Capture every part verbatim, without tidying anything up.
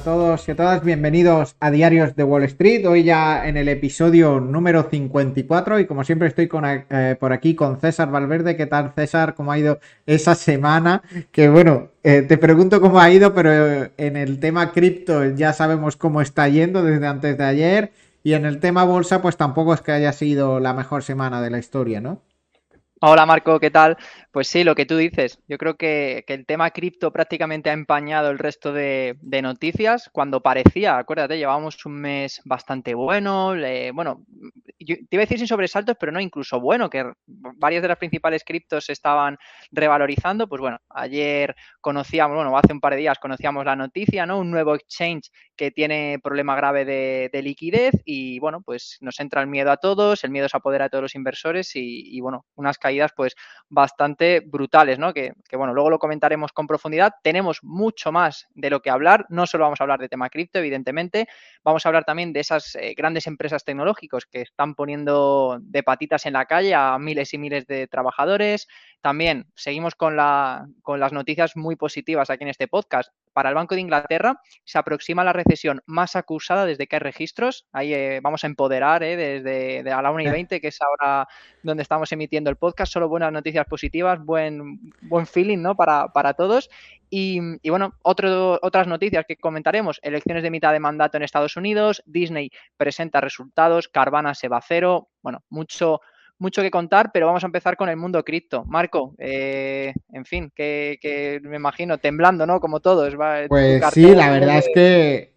todos y a todas, bienvenidos a Diarios de Wall Street. Hoy ya en el episodio número cincuenta y cuatro y como siempre estoy con, eh, por aquí con César Valverde. ¿Qué tal, César? ¿Cómo ha ido esa semana? Que bueno, eh, te pregunto cómo ha ido, pero eh, en el tema cripto ya sabemos cómo está yendo desde antes de ayer, y en el tema bolsa pues tampoco es que haya sido la mejor semana de la historia, ¿no? Hola Marco, ¿qué tal? Pues sí, lo que tú dices. Yo creo que, que el tema cripto prácticamente ha empañado el resto de, de noticias cuando parecía, acuérdate, llevábamos un mes bastante bueno, le- bueno, yo te iba a decir sin sobresaltos, pero no, incluso bueno, que varias de las principales criptos se estaban revalorizando. Pues bueno, ayer conocíamos, bueno, hace un par de días conocíamos la noticia, ¿no? Un nuevo exchange que tiene problema grave de, de liquidez y bueno, pues nos entra el miedo a todos, el miedo se apodera de todos los inversores y, y bueno, unas caídas pues bastante brutales, ¿no? Que, que, bueno, luego lo comentaremos con profundidad. Tenemos mucho más de lo que hablar, no solo vamos a hablar de tema cripto, evidentemente, vamos a hablar también de esas eh, grandes empresas tecnológicas que están poniendo de patitas en la calle a miles y miles de trabajadores. También seguimos con, la, con las noticias muy positivas aquí en este podcast. Para el Banco de Inglaterra se aproxima la recesión más acusada desde que hay registros. Ahí eh, vamos a empoderar eh, desde de a la una y veinte, que es ahora donde estamos emitiendo el podcast. Solo buenas noticias positivas, buen, buen feeling, ¿no? Para, para todos. Y, y bueno, otro, otras noticias que comentaremos: elecciones de mitad de mandato en Estados Unidos, Disney presenta resultados, Carvana se va a cero. Bueno, mucho, mucho que contar, pero vamos a empezar con el mundo cripto. Marco, eh, en fin, que, que, me imagino temblando, ¿no? Como todos, va, tu Pues sí, cartera la tiene verdad es que... que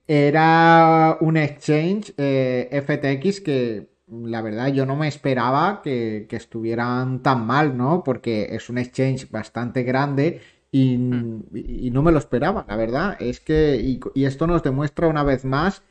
era un exchange, eh, F T X, que la verdad yo no me esperaba que, que estuvieran tan mal, ¿no? Porque es un exchange bastante grande y, Hmm, y no me lo esperaba, la verdad. Es que, y, y esto nos demuestra una vez más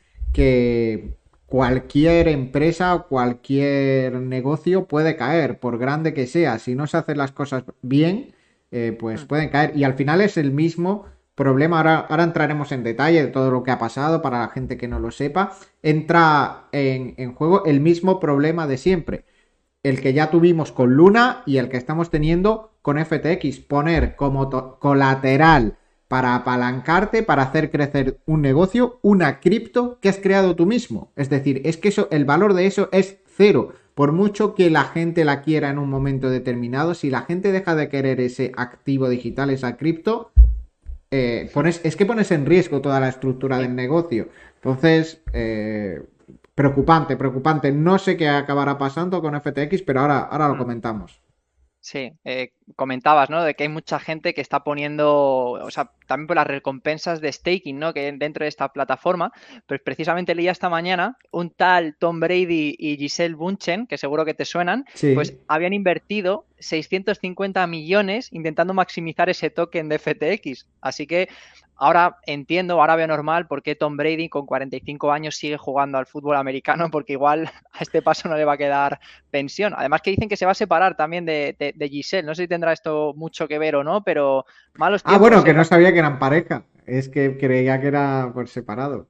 que cualquier empresa o cualquier negocio puede caer, por grande que sea. Si no se hacen las cosas bien, eh, pues hmm. pueden caer. Y al final es el mismo problema. Ahora, ahora entraremos en detalle de todo lo que ha pasado para la gente que no lo sepa. Entra en, en juego el mismo problema de siempre, el que ya tuvimos con Luna y el que estamos teniendo con F T X. Poner como colateral para apalancarte, para hacer crecer un negocio, una cripto que has creado tú mismo. Es decir, es que eso, el valor de eso es cero. Por mucho que la gente la quiera en un momento determinado, si la gente deja de querer ese activo digital, esa cripto, eh, pones, es que pones en riesgo toda la estructura Sí. del negocio. Entonces, eh, preocupante, preocupante. No sé qué acabará pasando con F T X, pero ahora, ahora lo Hmm. comentamos. Sí, eh, comentabas, ¿no? De que hay mucha gente que está poniendo, o sea, también por las recompensas de staking, ¿no? Que dentro de esta plataforma, pues precisamente leía esta mañana un tal Tom Brady y Giselle Bunchen, que seguro que te suenan, pues Sí. habían invertido seiscientos cincuenta millones intentando maximizar ese token de F T X. Así que ahora entiendo, ahora veo normal por qué Tom Brady con cuarenta y cinco años sigue jugando al fútbol americano, porque igual a este paso no le va a quedar pensión. Además que dicen que se va a separar también de, de, de Giselle. No sé si tendrá esto mucho que ver o no, pero malos Ah, tiempos, bueno, que ¿eh? no sabía que eran pareja. Es que creía que era por separado.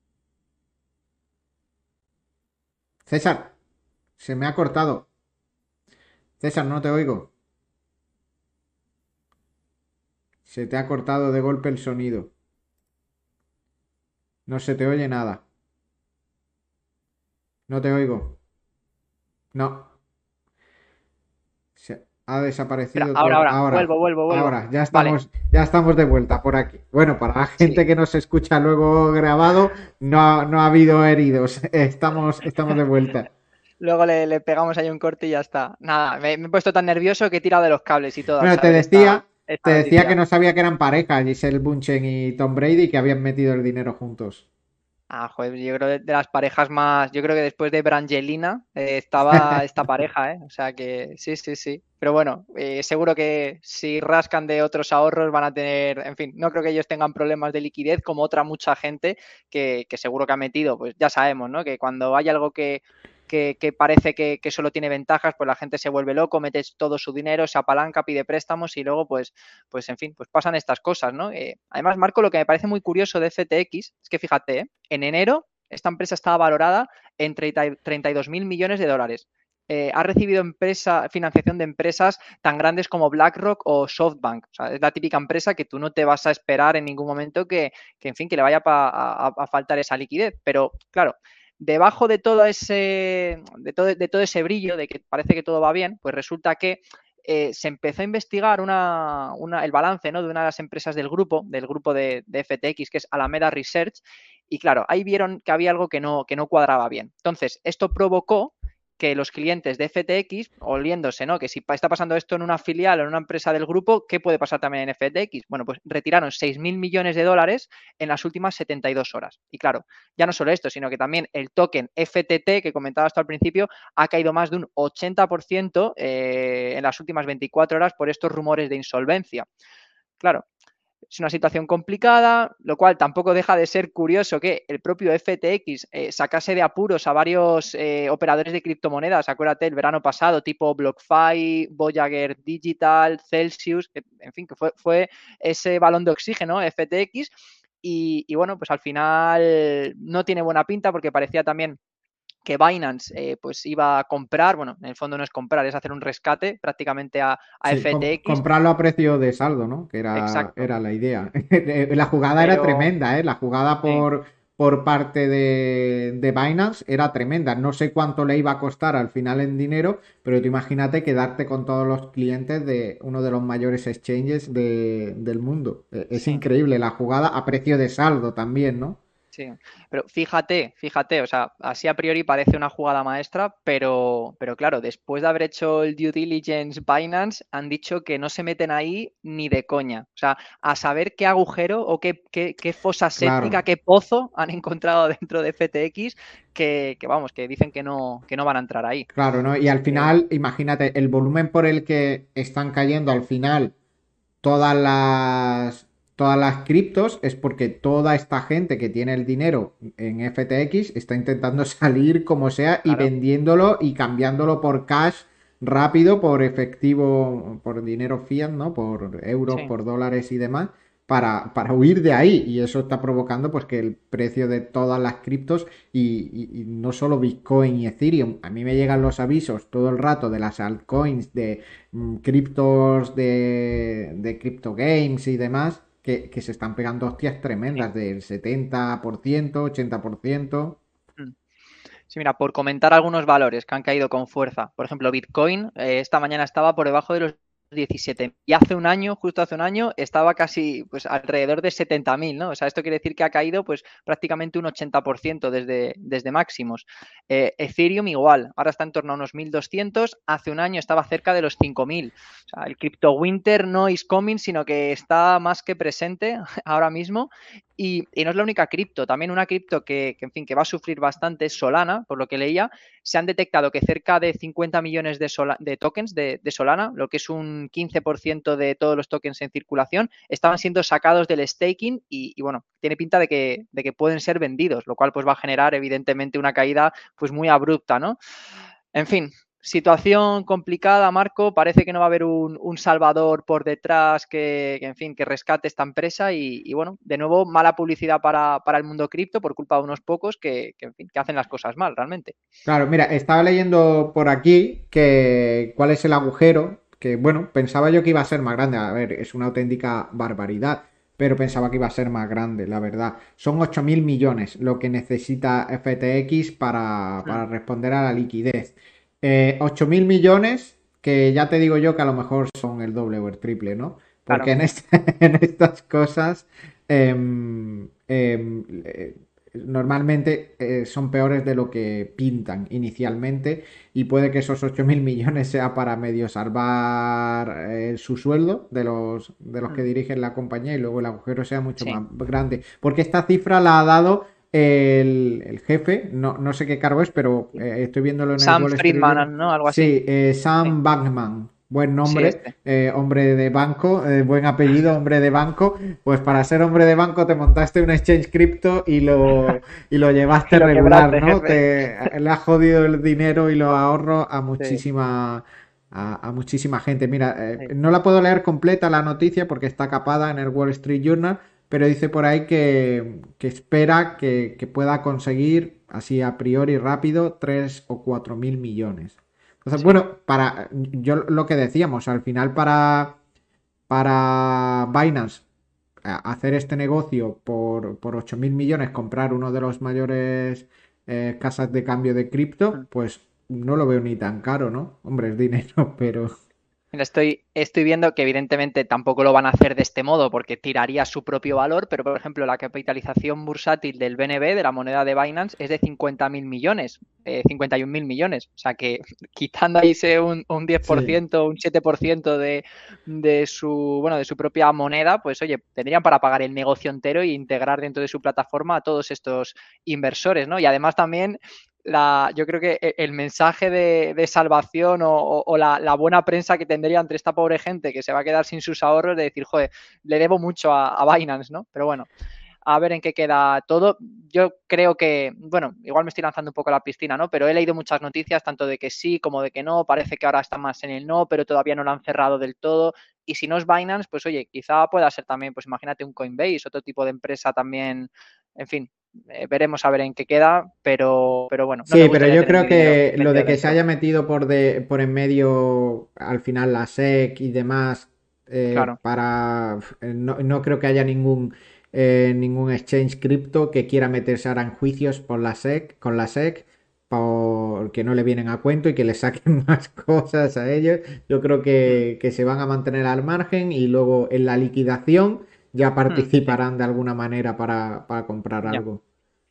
César, se me ha cortado. César, no te oigo. Se te ha cortado de golpe el sonido. No se te oye nada. No te oigo. No. Se ha Espera, desaparecido ahora, todo. ahora, Ahora, vuelvo, vuelvo, vuelvo. ahora, ya Vale, estamos, ya estamos de vuelta por aquí. Bueno, para la sí. gente que nos escucha luego grabado, no, ha- no ha habido heridos. Estamos, estamos de vuelta. Luego le, le, pegamos ahí un corte y ya está. Nada, me, me, he puesto tan nervioso que he tirado de los cables y todo al Bueno, te saber esta, decía, te esta decía que noticia. no sabía que eran pareja, Giselle Bunchen y Tom Brady, que habían metido el dinero juntos. Ah, joder, yo creo de, de las parejas más, yo creo que después de Brangelina eh, estaba esta pareja, ¿eh? O sea que sí, sí, sí. Pero bueno, eh, seguro que si rascan de otros ahorros van a tener, en fin, no creo que ellos tengan problemas de liquidez como otra mucha gente que, que seguro que ha metido, pues ya sabemos, ¿no? Que cuando hay algo que, que, que parece que, que solo tiene ventajas, pues la gente se vuelve loco, mete todo su dinero, se apalanca, pide préstamos y luego pues, pues en fin, pues pasan estas cosas, ¿no? Eh, además, Marco, lo que me parece muy curioso de F T X es que fíjate, ¿eh? En enero esta empresa estaba valorada en treinta y dos mil millones de dólares. eh, ha recibido empresa, financiación de empresas tan grandes como BlackRock o SoftBank. O sea, es la típica empresa que tú no te vas a esperar en ningún momento que, que en fin, que le vaya pa, a, a faltar esa liquidez. Pero, claro, debajo de todo ese, de todo, de todo ese brillo, de que parece que todo va bien, pues resulta que eh, se empezó a investigar una, una, el balance, ¿no?, de una de las empresas del grupo, del grupo de, de F T X, que es Alameda Research, y claro, ahí vieron que había algo que no, que no cuadraba bien. Entonces, esto provocó que los clientes de F T X, oliéndose, ¿no?, que si está pasando esto en una filial o en una empresa del grupo, ¿qué puede pasar también en F T X? Bueno, pues retiraron seis mil millones de dólares en las últimas setenta y dos horas. Y claro, ya no solo esto, sino que también el token F T T, que comentaba hasta al principio, ha caído más de un ochenta por ciento eh, en las últimas veinticuatro horas por estos rumores de insolvencia. Claro, es una situación complicada, lo cual tampoco deja de ser curioso que el propio F T X eh, sacase de apuros a varios eh, operadores de criptomonedas. Acuérdate, el verano pasado, tipo BlockFi, Voyager Digital, Celsius, que, en fin, que fue, fue ese balón de oxígeno, F T X. Y, y bueno, pues al final no tiene buena pinta porque parecía también que Binance eh, pues iba a comprar, bueno, en el fondo no es comprar, es hacer un rescate prácticamente a, a Sí, com- F T X. comprarlo a precio de saldo, ¿no? Que era, Exacto. era la idea. La jugada era Pero tremenda, ¿eh? La jugada sí, por, por parte de, de Binance era tremenda. No sé cuánto le iba a costar al final en dinero, pero tú imagínate quedarte con todos los clientes de uno de los mayores exchanges de- del mundo. E- Es sí. increíble la jugada a precio de saldo también, ¿no? Sí, pero fíjate, fíjate, o sea, así a priori parece una jugada maestra, pero, pero claro, después de haber hecho el due diligence Binance, han dicho que no se meten ahí ni de coña. O sea, a saber qué agujero o qué, qué, qué fosa séptica, Claro. qué pozo han encontrado dentro de F T X que, que vamos, que dicen que no, que no van a entrar ahí. Claro, ¿no? Y Así al que, final, imagínate, el volumen por el que están cayendo al final todas las todas las criptos es porque toda esta gente que tiene el dinero en F T X está intentando salir como sea y claro, vendiéndolo y cambiándolo por cash rápido, por efectivo, por dinero fiat, ¿no? Por euros, sí. por dólares y demás. Para, para huir de ahí y eso está provocando pues que el precio de todas las criptos y, y- y no solo Bitcoin y Ethereum, a mí me llegan los avisos todo el rato de las altcoins, de mm, criptos de, de crypto games y demás, que, que se están pegando hostias Sí. tremendas del setenta por ciento, ochenta por ciento. Mm. Sí, mira, por comentar algunos valores que han caído con fuerza. Por ejemplo, Bitcoin eh, esta mañana estaba por debajo de los diecisiete y hace un año, justo hace un año, estaba casi pues alrededor de setenta mil, ¿no? O sea, esto quiere decir que ha caído pues prácticamente un ochenta por ciento desde, desde máximos. Eh, Ethereum igual, ahora está en torno a unos mil doscientos, hace un año estaba cerca de los cinco mil. O sea, el crypto winter no is coming, sino que está más que presente ahora mismo. Y, y, no es la única cripto, también una cripto que, que, en fin, que va a sufrir bastante es Solana, por lo que leía. Se han detectado que cerca de cincuenta millones de, Sola, de tokens de, de, Solana, lo que es un quince por ciento de todos los tokens en circulación, estaban siendo sacados del staking y, y bueno, tiene pinta de que, de que pueden ser vendidos, lo cual pues va a generar evidentemente una caída pues muy abrupta, ¿no? En fin, situación complicada, Marco. Parece que no va a haber un, un salvador por detrás que, que, en fin, que rescate esta empresa y, y bueno, de nuevo, mala publicidad para, para el mundo cripto por culpa de unos pocos que, que, en fin, que hacen las cosas mal, realmente. Claro, mira, estaba leyendo por aquí que cuál es el agujero, que bueno, pensaba yo que iba a ser más grande. A ver, es una auténtica barbaridad, pero pensaba que iba a ser más grande, la verdad. Son ocho mil millones lo que necesita F T X para, Mm, para responder a la liquidez. Eh, ocho mil millones, que ya te digo yo que a lo mejor son el doble o el triple, ¿no? Porque claro, en, este- en estas cosas em, em, eh, normalmente eh, son peores de lo que pintan inicialmente y puede que esos ocho mil millones sea para medio salvar eh, su sueldo de los, de los que mm, dirigen la compañía y luego el agujero sea mucho sí. más grande. Porque esta cifra la ha dado el, el jefe, no, no sé qué cargo es, pero Sí. eh, estoy viéndolo en el Sam Wall Street Journal. Friedman, ¿no? Algo así. Sí, eh, Sí, Sam Bankman, buen sí, nombre, este. eh, hombre de banco, eh, buen apellido, hombre de banco. Pues para ser hombre de banco te montaste un exchange cripto y lo, y lo Y llevaste lo regular, quebraste, ¿no? jefe. Te, le has jodido el dinero y los ahorros a Sí, muchísima, a, a muchísima gente. Mira, eh, sí. no la puedo leer completa la noticia porque está capada en el Wall Street Journal, pero dice por ahí que, que espera que, que pueda conseguir, así a priori rápido, tres o cuatro mil millones. Entonces, Sí. bueno, para yo lo que decíamos, al final para, para Binance hacer este negocio por, por ocho mil millones, comprar uno de los mayores eh, casas de cambio de cripto, pues no lo veo ni tan caro, ¿no? Hombre, es dinero, pero... Mira, Estoy, estoy viendo que evidentemente tampoco lo van a hacer de este modo porque tiraría su propio valor, pero por ejemplo la capitalización bursátil del B N B, de la moneda de Binance, es de cincuenta mil millones, eh, cincuenta y un mil millones. O sea que quitando ahí ese un, un Sí. diez por ciento, un siete por ciento de, de, su, bueno, de su propia moneda, pues oye, tendrían para pagar el negocio entero e integrar dentro de su plataforma a todos estos inversores, ¿no? Y además también la, yo creo que e, el mensaje de, de salvación o, o, o la, la, buena prensa que tendría entre esta pobre gente que se va a quedar sin sus ahorros de decir, joder, le debo mucho a, a Binance, ¿no? Pero bueno, a ver en qué queda todo. Yo creo que, bueno, igual me estoy lanzando un poco a la piscina, ¿no? Pero he leído muchas noticias, tanto de que sí como de que no. Parece que ahora está más en el no, pero todavía no lo han cerrado del todo. Y si no es Binance, pues oye, quizá pueda ser también, pues imagínate un Coinbase, otro tipo de empresa también, en fin, eh, veremos a ver en qué queda, pero, pero bueno, no me Sí, pero gustaría yo tener creo mi dinero que lo de metido que se dentro. haya metido por, de, por en medio al final la SEC y demás eh, Claro. para... eh, No, no creo que haya ningún, eh, ningún exchange cripto que quiera meterse ahora en juicios por la SEC, con la SEC porque no le vienen a cuento y que le saquen más cosas a ellos. Yo creo Hmm, que, que se van a mantener al margen y luego en la liquidación ya hmm, sí, participarán de alguna manera para, para comprar ya. algo.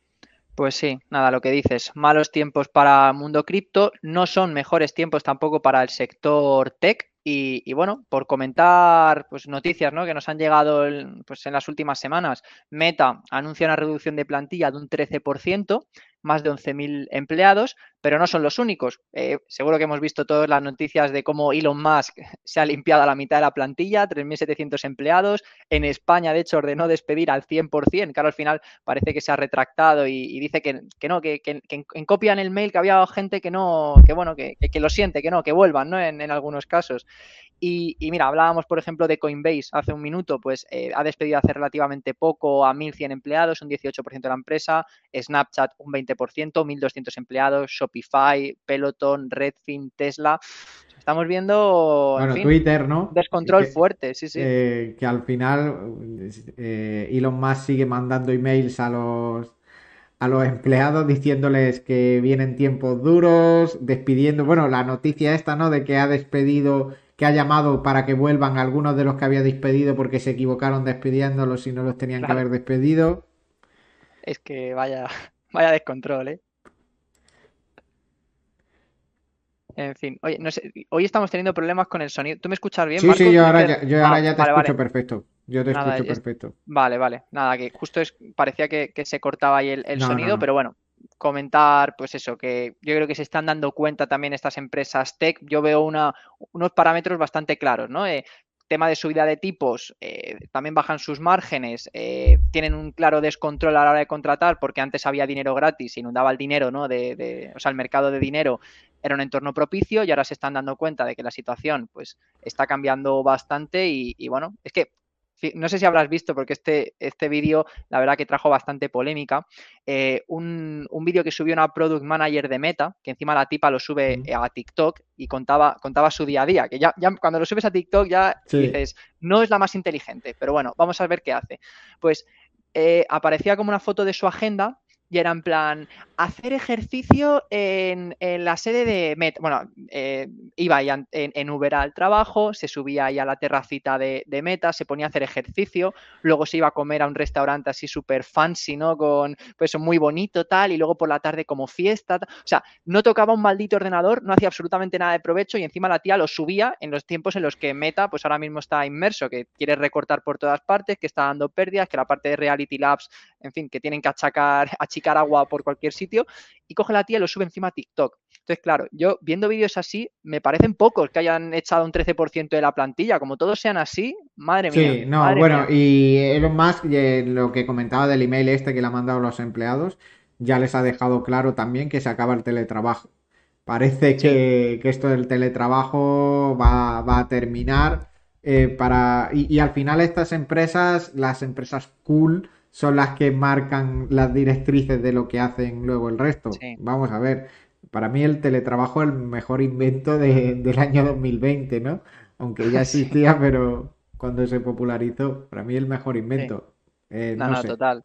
Pues sí, nada, lo que dices, malos tiempos para el mundo cripto, no son mejores tiempos tampoco para el sector tech. Y, y bueno, por comentar pues noticias, ¿no?, que nos han llegado el- pues en las últimas semanas. Meta anuncia una reducción de plantilla de un trece por ciento, más de once mil empleados, pero no son los únicos. Eh, seguro que hemos visto todas las noticias de cómo Elon Musk se ha limpiado a la mitad de la plantilla, tres mil setecientos empleados. En España, de hecho, ordenó despedir al cien por ciento, claro, al final parece que se ha retractado y, y dice que, que no, que, que, que, en copia en el mail que había gente que no, que bueno, que, que, lo siente, que no, que vuelvan, ¿no? En, en algunos casos. Y, y, mira, hablábamos, por ejemplo, de Coinbase hace un minuto, pues eh, ha despedido hace relativamente poco a mil cien empleados, un dieciocho por ciento de la empresa, Snapchat un veinte por ciento, mil doscientos empleados, Shopify, Peloton, Redfin, Tesla. Estamos viendo, en Bueno, fin, Twitter, un ¿no? descontrol Que, fuerte, sí, sí. eh, que al final eh, Elon Musk sigue mandando emails a los, a los empleados diciéndoles que vienen tiempos duros, despidiendo, bueno, la noticia esta, ¿no? De que ha despedido, que ha llamado para que vuelvan algunos de los que había despedido porque se equivocaron despidiéndolos y no los tenían que Claro, haber despedido. es que vaya, vaya descontrol, ¿eh? En fin, oye, no sé, hoy estamos teniendo problemas con el sonido. ¿Tú me escuchas bien, Sí, sí, Marcos? yo Es ahora que... ya, yo ahora Ah, ya te vale, escucho vale. perfecto. Yo te Nada, escucho es... perfecto. vale, vale. Nada, que justo es... parecía que, que se cortaba ahí el, el No, no, sonido, no. pero bueno, comentar, pues eso, que yo creo que se están dando cuenta también estas empresas tech. Yo veo una, unos parámetros bastante claros, ¿no? Eh, tema de subida de tipos, eh, también bajan sus márgenes, eh, tienen un claro descontrol a la hora de contratar porque antes había dinero gratis, se inundaba el dinero, ¿no? De, de, o sea, el mercado de dinero era un entorno propicio y ahora se están dando cuenta de que la situación pues está cambiando bastante y, y bueno, es que no sé si habrás visto, porque este, este vídeo la verdad que trajo bastante polémica, eh, un, un vídeo que subió una product manager de Meta, que encima la tipa lo sube a TikTok y contaba, contaba su día a día, que ya, ya cuando lo subes a TikTok ya Sí. dices, no es la más inteligente, pero bueno, vamos a ver qué hace. Pues eh, aparecía como una foto de su agenda y era en plan, hacer ejercicio en, en la sede de Meta. Bueno, eh, iba ahí en, en, Uber al trabajo, se subía ahí a la terracita de, de Meta, se ponía a hacer ejercicio, luego se iba a comer a un restaurante así súper fancy, ¿no? Con, pues muy bonito tal, y luego por la tarde como fiesta. Tal. O sea, no tocaba un maldito ordenador, no hacía absolutamente nada de provecho y encima la tía lo subía en los tiempos en los que Meta, pues ahora mismo está inmerso, que quiere recortar por todas partes, que está dando pérdidas, que la parte de Reality Labs, en fin, que tienen que achacar, achicar agua por cualquier sitio, y coge la tía y lo sube encima a TikTok. Entonces, claro, yo viendo vídeos así, me parecen pocos que hayan echado un trece por ciento de la plantilla. Como todos sean así, madre mía, Sí, no, madre bueno, mía. y Elon Musk, eh, lo que comentaba del email este que le ha mandado a los empleados, ya les ha dejado claro también que se acaba el teletrabajo. Parece Sí, que, que esto del teletrabajo va, va a terminar eh, para... Y, y al final estas empresas, las empresas cool, son las que marcan las directrices de lo que hacen luego el resto. sí. Vamos a ver. para mí el teletrabajo es el mejor invento de- del año dos mil veinte, ¿no? Aunque ya Sí, existía, pero cuando se popularizó, para mí el mejor sí. invento. Eh, No, no no, sé. total.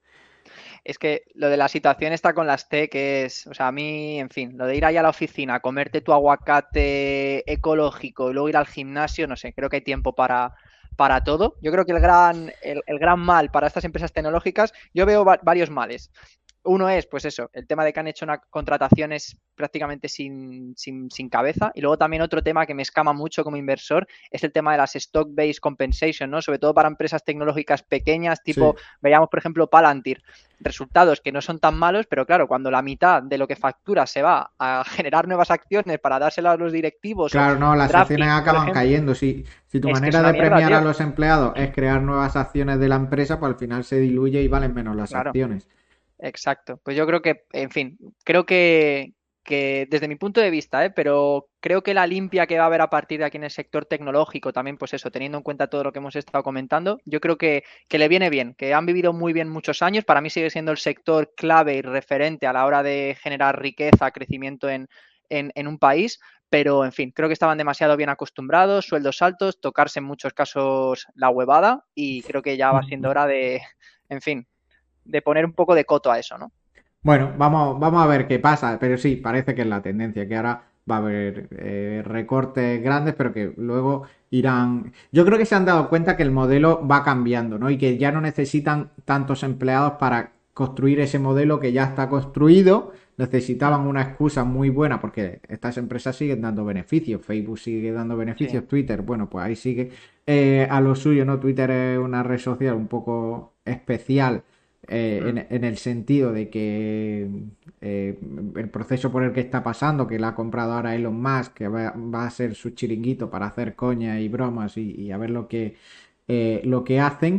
Es que lo de la situación está con las tech es, o sea, a mí, en fin, lo de ir ahí a la oficina, comerte tu aguacate ecológico y luego ir al gimnasio, no sé, creo que hay tiempo para, para todo. Yo creo que el gran, el, el gran mal para estas empresas tecnológicas, yo veo va- varios males. Uno es, pues eso, el tema de que han hecho una contrataciones prácticamente sin, sin, sin cabeza. Y luego también otro tema que me escama mucho como inversor es el tema de las stock-based compensation, ¿no? Sobre todo para empresas tecnológicas pequeñas, tipo, Sí. veíamos, por ejemplo, Palantir, resultados que no son tan malos, pero claro, cuando la mitad de lo que factura se va a generar nuevas acciones para dárselas a los directivos o Claro, no, las acciones DraftKings, por acaban ejemplo, cayendo. Si, si tu es que es manera una de mierda, premiar a tío. los empleados es crear nuevas acciones de la empresa, pues al final se diluye y valen menos las Claro. acciones. Exacto. Pues yo creo que, en fin, creo que, que desde mi punto de vista, ¿eh? Pero creo que la limpia que va a haber a partir de aquí en el sector tecnológico, también, pues eso, teniendo en cuenta todo lo que hemos estado comentando, yo creo que, que le viene bien, que han vivido muy bien muchos años. Para mí sigue siendo el sector clave y referente a la hora de generar riqueza, crecimiento en, en, en un país. Pero, en fin, creo que estaban demasiado bien acostumbrados, sueldos altos, tocarse en muchos casos la huevada y creo que ya va siendo hora de, en fin, de poner un poco de coto a eso, ¿no? Bueno, vamos, vamos a ver qué pasa, pero sí, parece que es la tendencia, que ahora va a haber eh, recortes grandes, pero que luego irán... Yo creo que se han dado cuenta que el modelo va cambiando, ¿no? Y que ya no necesitan tantos empleados para construir ese modelo que ya está construido. Mm, Necesitaban una excusa muy buena porque estas empresas siguen dando beneficios. Facebook sigue dando sí, beneficios, Twitter, bueno, pues ahí sigue eh, a lo suyo, ¿no? Twitter es una red social un poco especial eh, mm, en, en, el sentido de que eh, el proceso por el que está pasando, que la ha comprado ahora Elon Musk, que va, va a ser su chiringuito para hacer coña y bromas y, y a ver lo que, eh, lo que hacen.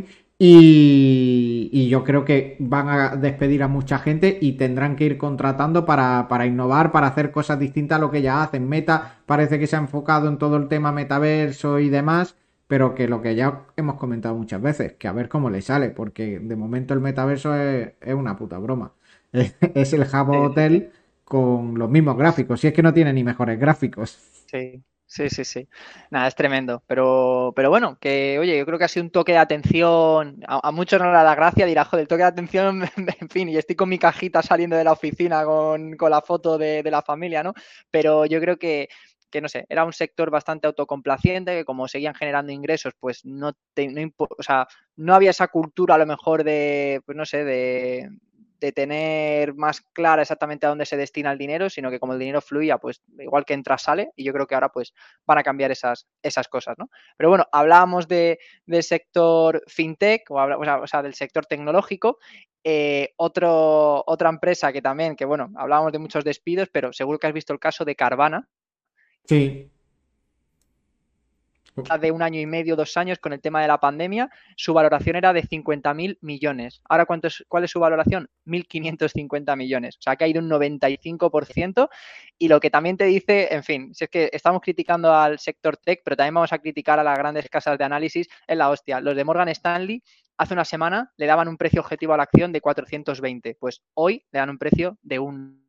Y, y, yo creo que van a despedir a mucha gente y tendrán que ir contratando para, para, innovar, para hacer cosas distintas a lo que ya hacen. Meta parece que se ha enfocado en todo el tema metaverso y demás, pero que lo que ya hemos comentado muchas veces, que a ver cómo le sale, porque de momento el metaverso es, es una puta broma. Es el Habbo sí, sí, sí, Hotel con los mismos gráficos, si es que no tiene ni mejores gráficos. sí, sí, sí, sí. Nada, es tremendo. Pero, pero bueno, que oye, yo creo que ha sido un toque de atención. A, a muchos no le da gracia, dirá, joder, el toque de atención, en fin, y estoy con mi cajita saliendo de la oficina con, con la foto de, de la familia, ¿no? Pero yo creo que, que, no sé, era un sector bastante autocomplaciente, que como seguían generando ingresos, pues no, te, no, o sea, no había esa cultura a lo mejor de, pues no sé, de, de tener más clara exactamente a dónde se destina el dinero, sino que como el dinero fluía, pues igual que entra, sale, y yo creo que ahora pues van a cambiar esas, esas cosas, ¿no? Pero bueno, hablábamos de, del sector fintech, o, habla, o, sea, o sea, del sector tecnológico, eh, otro, otra empresa que también, que bueno, hablábamos de muchos despidos, pero seguro que has visto el caso de Carvana, Sí. de un año y medio, dos años con el tema de la pandemia, su valoración era de cincuenta mil millones. Ahora, ¿cuánto es, ¿cuál es su valoración? mil quinientos cincuenta millones. O sea, ha caído un noventa y cinco por ciento. Y lo que también te dice, en fin, si es que estamos criticando al sector tech, pero también vamos a criticar a las grandes casas de análisis, es la hostia. Los de Morgan Stanley hace una semana le daban un precio objetivo a la acción de cuatrocientos veinte. Pues hoy le dan un precio de un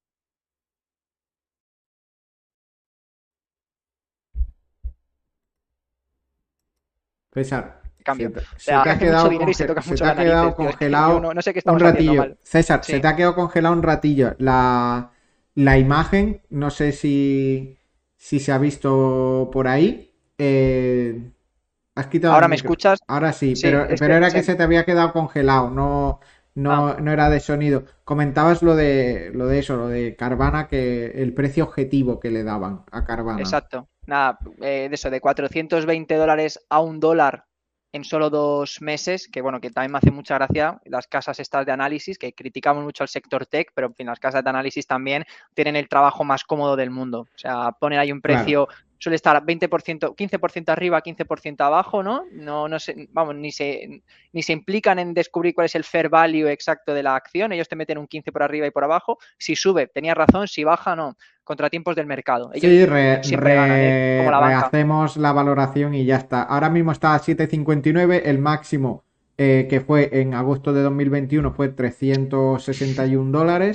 César, se cambio. te, O se sea, te ha hace mucho quedado dinero y se conge- tocan se te mucho ha las quedado narices, tío. Es que yo congelado no, no sé qué un estamos haciendo ratillo. mal. César, se Sí. te ha quedado congelado un ratillo. La, la imagen, no sé si, si se ha visto por ahí. Eh, has quitado el ¿Ahora me micro. escuchas? Ahora sí, Sí, pero, es pero que era que se... se te había quedado congelado, no, Ah, no, no era de sonido. Comentabas lo de, lo de eso, lo de Carvana, que el precio objetivo que le daban a Carvana. exacto. Nada, eh, de eso, de cuatrocientos veinte dólares a un dólar en solo dos meses, que bueno, que también me hace mucha gracia las casas estas de análisis, que criticamos mucho al sector tech, pero en fin, las casas de análisis también tienen el trabajo más cómodo del mundo. O sea, ponen ahí un Claro. precio, suele estar veinte por ciento, quince por ciento arriba, quince por ciento abajo, ¿no? No, no sé, vamos, ni se, ni se implican en descubrir cuál es el fair value exacto de la acción, ellos te meten un quince por arriba y por abajo, si sube, tenías razón, si baja, no, contratiempos del mercado. Ellos Sí, re- siempre ganan, ¿eh? Como re- la banca. rehacemos la valoración y ya está. Ahora mismo está a siete cincuenta y nueve, el máximo eh, que fue en agosto de dos mil veintiuno fue trescientos sesenta y uno dólares.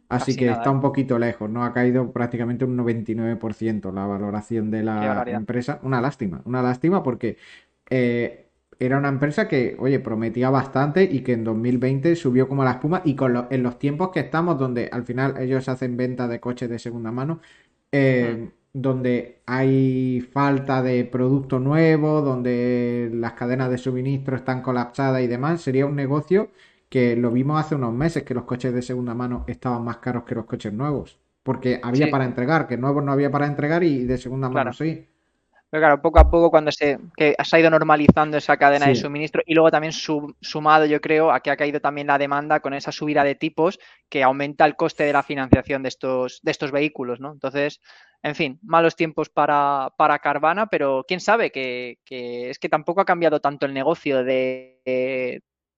Así Casi que está nada, ¿eh? un poquito lejos, ¿no? Ha caído prácticamente un noventa y nueve por ciento la valoración de Qué la barbaridad. empresa. Una lástima, una lástima porque eh, era una empresa que, oye, prometía bastante y que en dos mil veinte subió como la espuma y con lo- en los tiempos que estamos, donde al final ellos hacen venta de coches de segunda mano, Hmm. eh, donde hay falta de producto nuevo, donde las cadenas de suministro están colapsadas y demás, sería un negocio que lo vimos hace unos meses, que los coches de segunda mano estaban más caros que los coches nuevos, porque había Sí, para sí, entregar, que nuevos no había para entregar y de segunda mano claro. sí. Pero claro, poco a poco cuando se, que se ha ido normalizando esa cadena de Sí, suministro y luego también su- sumado, yo creo, a que ha caído también la demanda con esa subida de tipos que aumenta el coste de la financiación de estos, de estos vehículos, ¿no? Entonces, en fin, malos tiempos para, para Carvana, pero quién sabe que, que es que tampoco ha cambiado tanto el negocio de, de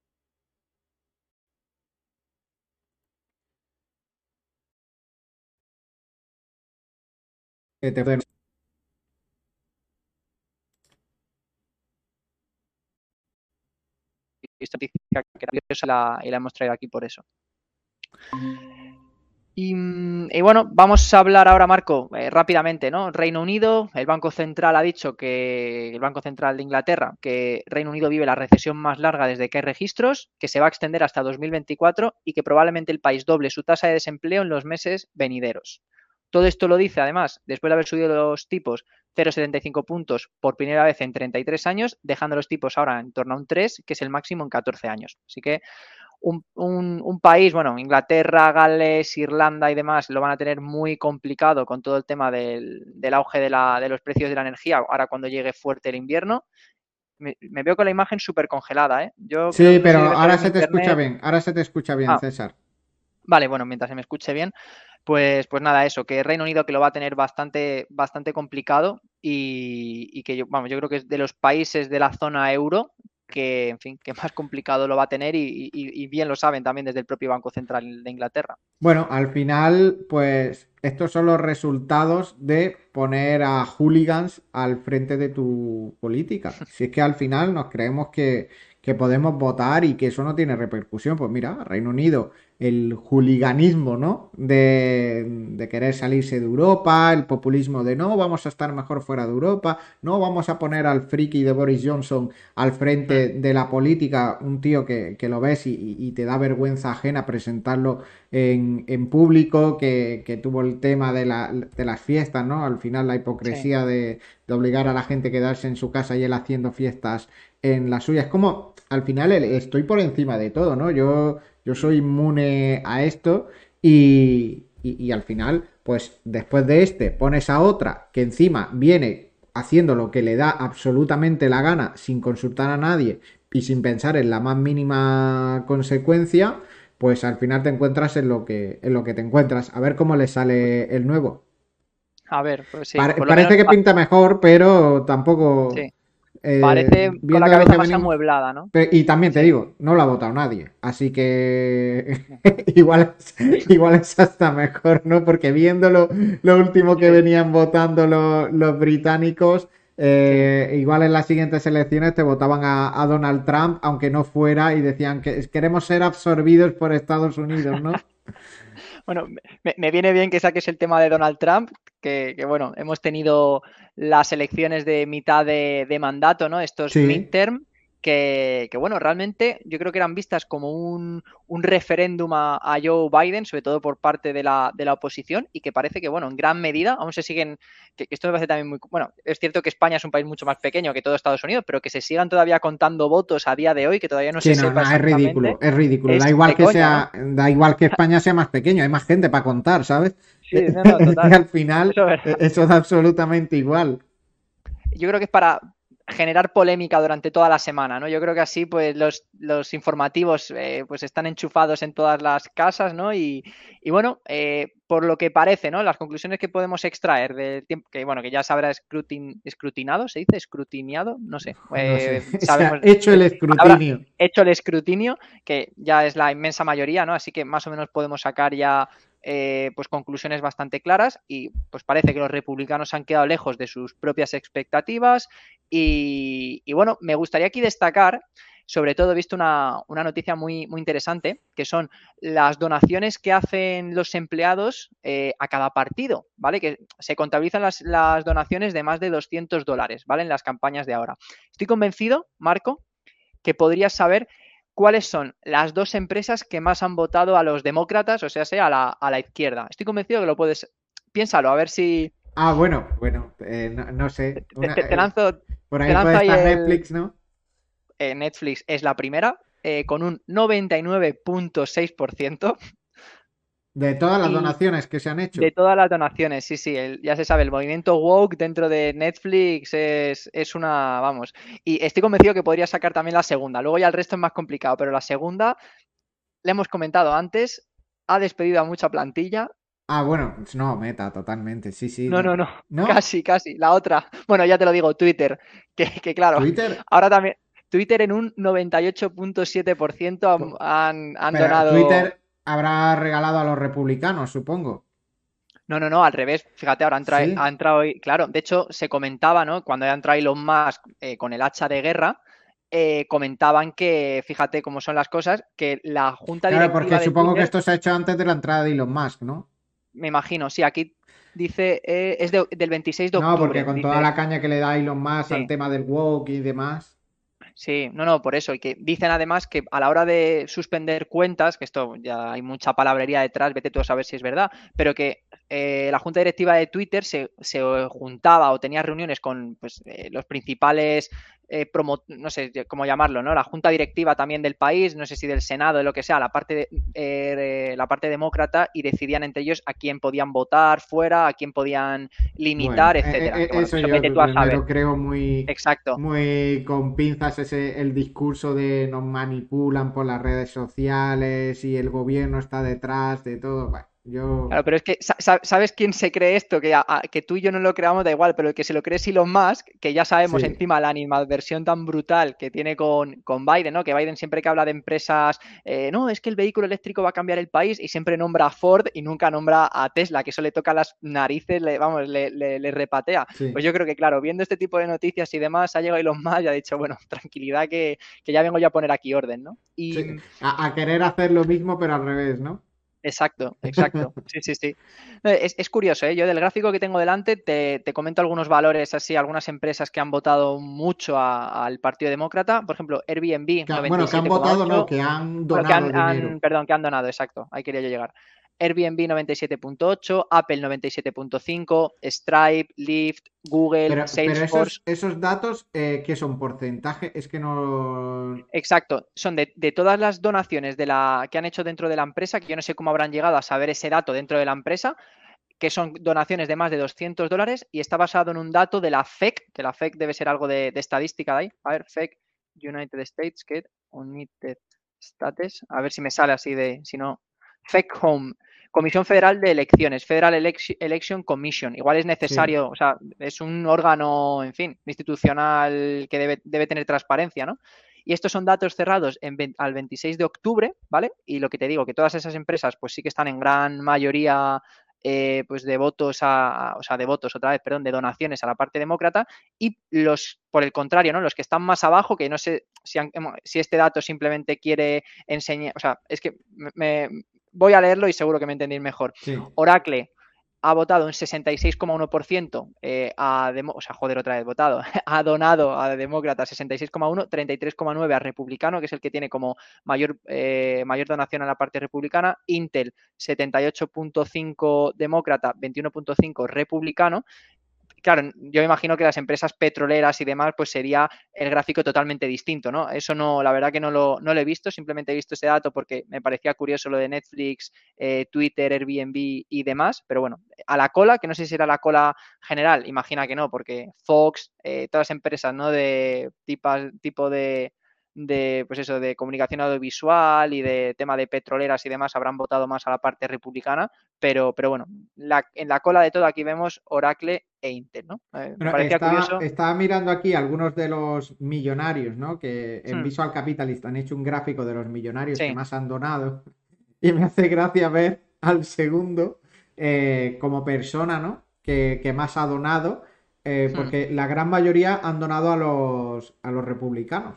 que te pueden- estadística que era curiosa, la- y la hemos traído aquí por eso. Y, mm, y, bueno, vamos a hablar ahora, Marco, eh, rápidamente, ¿no? Reino Unido, el Banco Central ha dicho que, el Banco Central de Inglaterra, que Reino Unido vive la recesión más larga desde que hay registros, que se va a extender hasta dos mil veinticuatro y que probablemente el país doble su tasa de desempleo en los meses venideros. Todo esto lo dice, además, después de haber subido los tipos cero coma setenta y cinco puntos por primera vez en treinta y tres años, dejando los tipos ahora en torno a un tres, que es el máximo en catorce años. Así que un, un, un, país, bueno, Inglaterra, Gales, Irlanda y demás lo van a tener muy complicado con todo el tema del, del auge de, la, de, los precios de la energía ahora cuando llegue fuerte el invierno. Me, me veo con la imagen súper congelada, ¿eh? Yo creo, Sí, no sé pero si debe ser ahora en mi se te escucha internet. bien, ahora se te escucha bien, Ah, César. vale, bueno, mientras se me escuche bien, pues, pues nada, eso, que Reino Unido que lo va a tener bastante, bastante complicado y, y que yo, vamos, yo creo que es de los países de la zona euro que, en fin, que más complicado lo va a tener y, y, y bien lo saben también desde el propio Banco Central de Inglaterra. Bueno, al final, pues estos son los resultados de poner a hooligans al frente de tu política. Si es que al final nos creemos que, que podemos votar y que eso no tiene repercusión, pues mira, Reino Unido, el hooliganismo, ¿no? De, de querer salirse de Europa, el populismo de no, vamos a estar mejor fuera de Europa, no, vamos a poner al friki de Boris Johnson al frente Hmm, de la política, un tío que, que lo ves y, y te da vergüenza ajena presentarlo en, en público, que, que, tuvo el tema de, la, de, las fiestas, ¿no? Al final la sí, hipocresía de, de, obligar a la gente a quedarse en su casa y él haciendo fiestas en las suyas. Como al final estoy por encima de todo, ¿no? Yo, yo hmm, soy inmune a esto y, y, y al final, pues después de este pones a otra que encima viene haciendo lo que le da absolutamente la gana sin consultar a nadie y sin pensar en la más mínima consecuencia, pues al final te encuentras en lo que, en lo que te encuentras. A ver cómo le pues sale el nuevo. a ver, pues sí, Pare- por lo menos, parece que pinta mejor, pero tampoco, sí, eh, parece con la viendo de lo cabeza que más venimos. amueblada, ¿no? Pe- Y también te Sí, digo, no lo ha votado nadie. Así que igual, es- igual es hasta mejor, ¿no? Porque viendo lo, lo último que sí, venían votando los, los británicos, sí. eh, igual en las siguientes elecciones te votaban a, a Donald Trump, aunque no fuera, y decían que queremos ser absorbidos por Estados Unidos, ¿no? Bueno, me, me, viene bien que saques el tema de Donald Trump, que, que bueno, hemos tenido las elecciones de mitad de, de mandato, ¿no? Estos Sí, midterm, que, que, bueno, realmente yo creo que eran vistas como un, un referéndum a, a, Joe Biden, sobre todo por parte de la, de la oposición, y que parece que, bueno, en gran medida aún se siguen, que, que esto me parece también muy, bueno, es cierto que España es un país mucho más pequeño que todo Estados Unidos, pero que se sigan todavía contando votos a día de hoy, que todavía no sí, se no, sepa no, es ridículo, exactamente, es ridículo. Da es igual de que coña, ¿no? sea, da igual que España sea más pequeño, hay más gente para contar, ¿sabes? Sí, no, no, Que total. al final Eso es eh, verdad. eso da absolutamente igual. Yo creo que es para generar polémica durante toda la semana, ¿no? Yo creo que así, pues, los, los informativos, eh, pues, están enchufados en todas las casas, ¿no? Y, y bueno, eh, por lo que parece, ¿no? Las conclusiones que podemos extraer del tiempo, que bueno, que ya se habrá escrutin, escrutinado, ¿se dice? Escrutiniado, no sé. No sé, Eh, se ha sabemos, hecho el eh, habrá escrutinio. hecho el escrutinio, que ya es la inmensa mayoría, ¿no? Así que más o menos podemos sacar ya eh, pues conclusiones bastante claras y pues parece que los republicanos han quedado lejos de sus propias expectativas y, y bueno, me gustaría aquí destacar sobre todo he visto una, una noticia muy, muy interesante, que son las donaciones que hacen los empleados eh, a cada partido, ¿vale? Que se contabilizan las, las donaciones de más de doscientos dólares, ¿vale? En las campañas de ahora. Estoy convencido, Marco, que podrías saber cuáles son las dos empresas que más han votado a los demócratas, o sea, sea a la, a la izquierda. Estoy convencido que lo puedes. Piénsalo, a ver si. Ah, bueno, bueno, eh, no, no sé. Te, Una, te, te eh, lanzo, por te ahí puede lanzo ahí estar el. Netflix, ¿no? Eh, Netflix es la primera, eh, con un noventa y nueve punto seis por ciento. De todas las Y donaciones que se han hecho. de todas las donaciones, sí, sí, el, ya se sabe, el movimiento woke dentro de Netflix es, es una, vamos, y estoy convencido que podría sacar también la segunda, luego ya el resto es más complicado, pero la segunda, le hemos comentado antes, ha despedido a mucha plantilla. Ah, bueno, no, Meta, totalmente, sí, sí, No, no, no. no, ¿No? casi, casi, la otra, bueno, ya te lo digo, Twitter, que, que claro, Twitter, ahora también, Twitter en un noventa y ocho punto siete por ciento han, po- han, han pero donado. Twitter habrá regalado a los republicanos, supongo. No, no, no, al revés. Fíjate, ahora entra, ha Sí. entrado hoy. Claro, de hecho, se comentaba, ¿no? Cuando ha entrado Elon Musk eh, con el hacha de guerra, eh, comentaban que, fíjate cómo son las cosas, que la junta Claro, porque directiva de supongo que Twitter, esto se ha hecho antes de la entrada de Elon Musk, ¿no? me imagino, sí, aquí dice, eh, es de- del veintiséis de No, porque octubre, con toda dice, la caña que le da Elon Musk al sí. tema del woke y demás. Sí, no, no, por eso. Y que dicen además que a la hora de suspender cuentas, que esto ya hay mucha palabrería detrás, vete tú a saber si es verdad, pero que eh, la junta directiva de Twitter se, se juntaba o tenía reuniones con pues, eh, los principales, eh, promo- no sé cómo llamarlo, ¿no? La junta directiva también del país, no sé si del Senado, de lo que sea, la parte, de, eh, la parte demócrata, y decidían entre ellos a quién podían votar fuera, a quién podían Bueno, limitar, e- etcétera. e- Que e- bueno, eso eso yo vete tú a me saber. lo creo muy, Exacto. muy con pinzas ese el discurso de nos manipulan por las redes sociales y el gobierno está detrás de todo. Bueno, yo Claro, pero es que, sa- ¿sabes quién se cree esto? Que, a- a- que tú y yo no lo creamos, da igual, pero el que se lo cree es Elon Musk, que ya sabemos sí. encima la animadversión tan brutal que tiene con, con Biden, ¿no? Que Biden siempre que habla de empresas, eh, no, es que el vehículo eléctrico va a cambiar el país y siempre nombra a Ford y nunca nombra a Tesla, que eso le toca las narices, le, vamos, le, le- le repatea. Sí. Pues yo creo que, claro, viendo este tipo de noticias y demás, ha llegado Elon Musk y ha dicho, bueno, tranquilidad que, que ya vengo yo a poner aquí orden, ¿no? Sí. Y, A, a querer hacer lo mismo, pero al revés, ¿no? exacto, exacto. Sí, sí, sí. No, Es, es curioso, ¿eh? Yo del gráfico que tengo delante te, te comento algunos valores así, algunas empresas que han votado mucho a- al Partido Demócrata. Por ejemplo, Airbnb Que ha- noventa y bueno, que han siete coma votado, no, ocho. que han Bueno, que donado han, dinero. han- perdón, que han donado, exacto. Ahí quería yo llegar. Airbnb noventa y siete punto ocho, Apple noventa y siete punto cinco, Stripe, Lyft, Google, Pero, pero Salesforce. esos, esos datos, eh, ¿qué son? ¿Porcentaje? Es que no. Exacto, son de, de todas las donaciones de la, que han hecho dentro de la empresa, que yo no sé cómo habrán llegado a saber ese dato dentro de la empresa, que son donaciones de más de doscientos dólares y está basado en un dato de la F E C, que la F E C debe ser algo de, de estadística de ahí. A ver, F E C, United States, que United States, a ver si me sale así de, si no, F E C Home, Comisión Federal de Elecciones, Federal Election Commission. Igual es Sí. necesario, o sea, es un órgano, en fin, institucional que debe, debe tener transparencia, ¿no? Y estos son datos cerrados en, al veintiséis de octubre, ¿vale? Y lo que te digo, que todas esas empresas pues sí que están en gran mayoría eh, pues de votos a, a, o sea, de votos otra vez, perdón, de donaciones a la parte demócrata y los, por el contrario, ¿no? Los que están más abajo, que no sé si, han, si este dato simplemente quiere enseñar, o sea, es que me, me voy a leerlo y seguro que me entendéis mejor. Sí. Oracle ha votado un sesenta y seis coma uno por ciento eh, a, o sea, joder, otra vez votado, ha donado a demócrata sesenta y seis coma uno, treinta y tres coma nueve a republicano, que es el que tiene como mayor, eh, mayor donación a la parte republicana, Intel setenta y ocho punto cinco demócrata, veintiuno punto cinco republicano. Claro, yo me imagino que las empresas petroleras y demás, pues sería el gráfico totalmente distinto, ¿no? Eso no, la verdad que no lo, no lo he visto, simplemente he visto ese dato porque me parecía curioso lo de Netflix, eh, Twitter, Airbnb y demás, pero bueno, a la cola, que no sé si era la cola general, imagina que no, porque Fox, eh, todas las empresas, ¿no? De tipas, tipo de, de, pues eso, de comunicación audiovisual y de tema de petroleras y demás habrán votado más a la parte republicana, pero, pero bueno, la, en la cola de todo aquí vemos Oracle e Intel, ¿no? Eh, me Bueno, parecía estaba, curioso. estaba mirando aquí algunos de los millonarios, ¿no? Que en Hmm, Visual Capitalist han hecho un gráfico de los millonarios que sí, más han donado. Y me hace gracia ver al segundo eh, como persona, ¿no? Que, que más ha donado. Eh, hmm, porque la gran mayoría han donado a los, a los republicanos.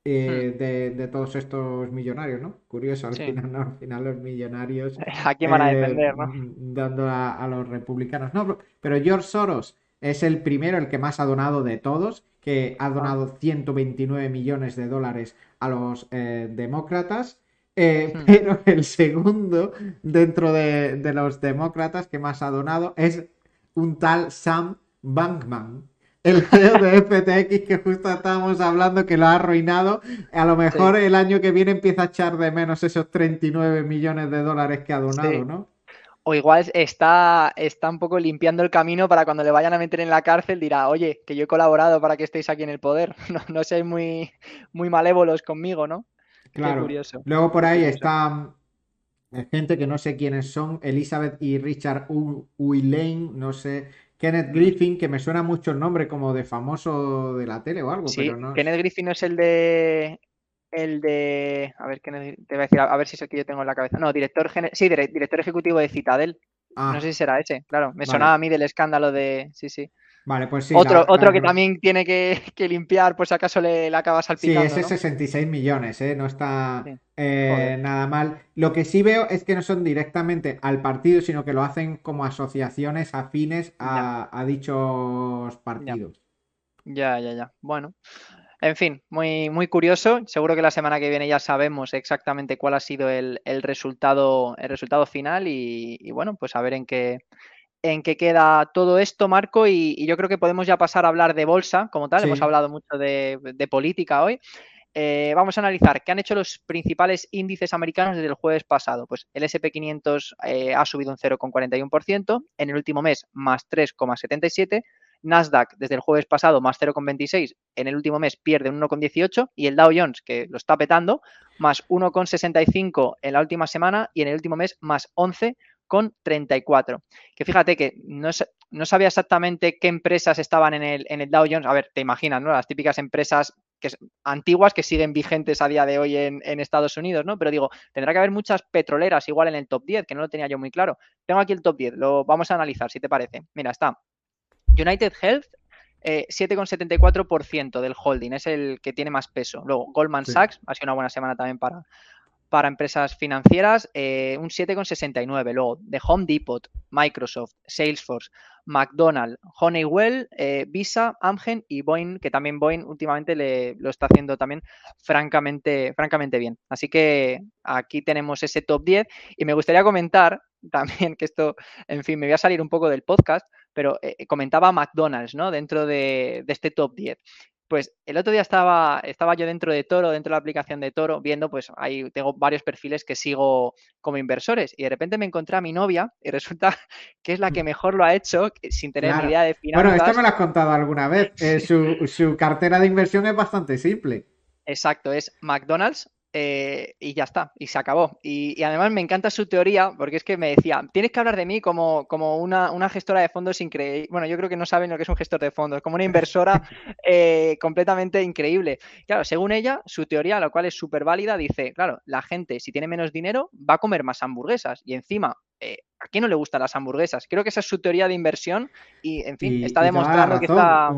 Hmm, eh, de, de todos estos millonarios, ¿no? Curioso, al sí. final, ¿no? Al final los millonarios ¿A quién van a eh, defender, no? mm, dando a, a los republicanos. No, pero George Soros es el primero, el que más ha donado de todos, que ha Ah, donado ciento veintinueve millones de dólares a los eh, demócratas. Eh, hmm, pero el segundo dentro de, de los demócratas que más ha donado es un tal Sam Bankman, el C E O de F T X que justo estábamos hablando que lo ha arruinado. A lo mejor sí, el año que viene empieza a echar de menos esos treinta y nueve millones de dólares que ha donado, sí. ¿no? O igual está, está un poco limpiando el camino para cuando le vayan a meter en la cárcel, dirá, oye, que yo he colaborado para que estéis aquí en el poder. No, no seáis muy, muy malévolos conmigo, ¿no? Qué Claro. curioso, Luego por qué ahí curioso. está eh, gente que no sé quiénes son, Elizabeth y Richard Uylane, no sé, Kenneth Mm. Griffin, que me suena mucho el nombre como de famoso de la tele o algo, Sí, pero no. Kenneth Griffin no es el de. El de. A ver, Kenneth, te voy a decir, a ver si es el que yo tengo en la cabeza. No, director gene- sí, dire- director ejecutivo de Citadel. No sé si Ah, será ese, claro. Me sonaba vale. a mí del escándalo de. Sí, sí. Vale, pues sí, Otro, la, otro que la- también tiene que, que limpiar por si acaso le, le acaba Sí, salpicando, ese ¿no? sesenta y seis millones, ¿eh? No está Sí. Joder. eh, nada mal. Lo que sí veo es que no son directamente al partido, sino que lo hacen como asociaciones afines Ya, a, a dichos ya, partidos. ya, ya, ya. Bueno, en fin, muy, muy curioso. Seguro que la semana que viene ya sabemos exactamente cuál ha sido el, el resultado, el resultado final y, y bueno, pues a ver en qué, en qué queda todo esto, Marco, y, y yo creo que podemos ya pasar a hablar de bolsa como tal. Hemos Sí, hablado mucho de, de política hoy. Eh, vamos a analizar qué han hecho los principales índices americanos desde el jueves pasado. Pues el ese and pe quinientos eh, ha subido un cero coma cuarenta y uno por ciento, en el último mes más tres coma setenta y siete por ciento, Nasdaq desde el jueves pasado más cero coma veintiséis, en el último mes pierde un uno coma dieciocho y el Dow Jones, que lo está petando, más uno coma sesenta y cinco en la última semana y en el último mes más once coma treinta y cuatro. Que fíjate que no, es, no sabía exactamente qué empresas estaban en el, en el Dow Jones. A ver, te imaginas, ¿no? Las típicas empresas que antiguas que siguen vigentes a día de hoy en, en, Estados Unidos, ¿no? Pero digo, tendrá que haber muchas petroleras igual en el top diez, que no lo tenía yo muy claro. Tengo aquí el top diez, lo vamos a analizar, si te parece. Mira, está United Health, eh, siete coma setenta y cuatro por ciento del holding, es el que tiene más peso. Luego, Goldman sí. Sachs, ha sido una buena semana también para, para empresas financieras, eh, un siete coma sesenta y nueve. Luego, de Home Depot, Microsoft, Salesforce, McDonald's, Honeywell, eh, Visa, Amgen y Boeing, que también Boeing últimamente le, lo está haciendo también francamente, francamente bien. Así que aquí tenemos ese top diez y me gustaría comentar también que esto, en fin, me voy a salir un poco del podcast, pero eh, comentaba McDonald's, ¿no? Dentro de, de este top diez. Pues el otro día estaba, estaba yo dentro de Toro, dentro de la aplicación de Toro, viendo, pues ahí tengo varios perfiles que sigo como inversores y de repente me encontré a mi novia y resulta que es la que mejor lo ha hecho sin tener ni Claro. idea de Bueno, esto me finanzas. lo has contado alguna vez. Eh, su, su cartera de inversión es bastante simple. Exacto, es McDonald's eh, y ya está, y se acabó. Y, y, además me encanta su teoría, porque es que me decía, tienes que hablar de mí como, como una, una, gestora de fondos increíble. Bueno, yo creo que no saben lo que es un gestor de fondos, como una inversora eh, completamente increíble. Claro, según ella, su teoría, la cual es súper válida, dice, claro, la gente si tiene menos dinero va a comer más hamburguesas y encima... Eh, ¿a quién no le gustan las hamburguesas? Creo que esa es su teoría de inversión y, en fin, está Y, y toda la demostrando que razón, está...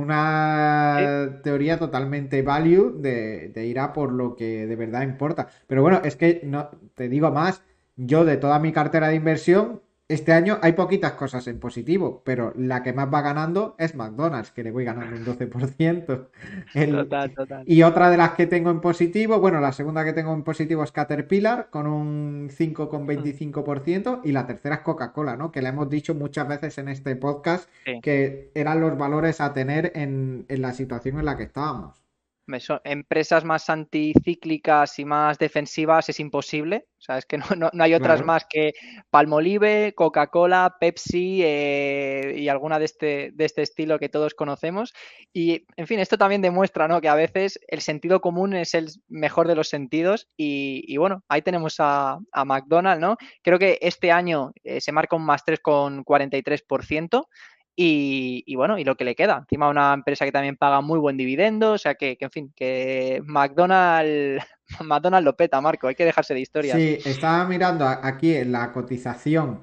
Sí, una teoría totalmente value de, de ir a por lo que de verdad importa. Pero bueno, es que no te digo más, yo de toda mi cartera de inversión, este año hay poquitas cosas en positivo, pero la que más va ganando es McDonald's, que le voy ganando un doce por ciento. El, total, total. y otra de las que tengo en positivo, bueno, la segunda que tengo en positivo es Caterpillar con un cinco coma veinticinco por ciento y la tercera es Coca-Cola, ¿no? Que la hemos dicho muchas veces en este podcast Sí. que eran los valores a tener en, en la situación en la que estábamos. Son empresas más anticíclicas y más defensivas es imposible. O sea, es que no, no, no hay otras Claro. más que Palmolive, Coca-Cola, Pepsi eh, y alguna de este, de este estilo que todos conocemos. Y, en fin, esto también demuestra, ¿no?, que a veces el sentido común es el mejor de los sentidos. Y, y bueno, ahí tenemos a, a McDonald's, ¿no? Creo que este año eh, se marca un más tres coma cuarenta y tres por ciento. Y, y, bueno, y lo que le queda. Encima una empresa que también paga muy buen dividendo, o sea que, que en fin, que McDonald's, McDonald's lo peta, Marco, hay que dejarse de historias. Sí, estaba mirando a- aquí en la cotización,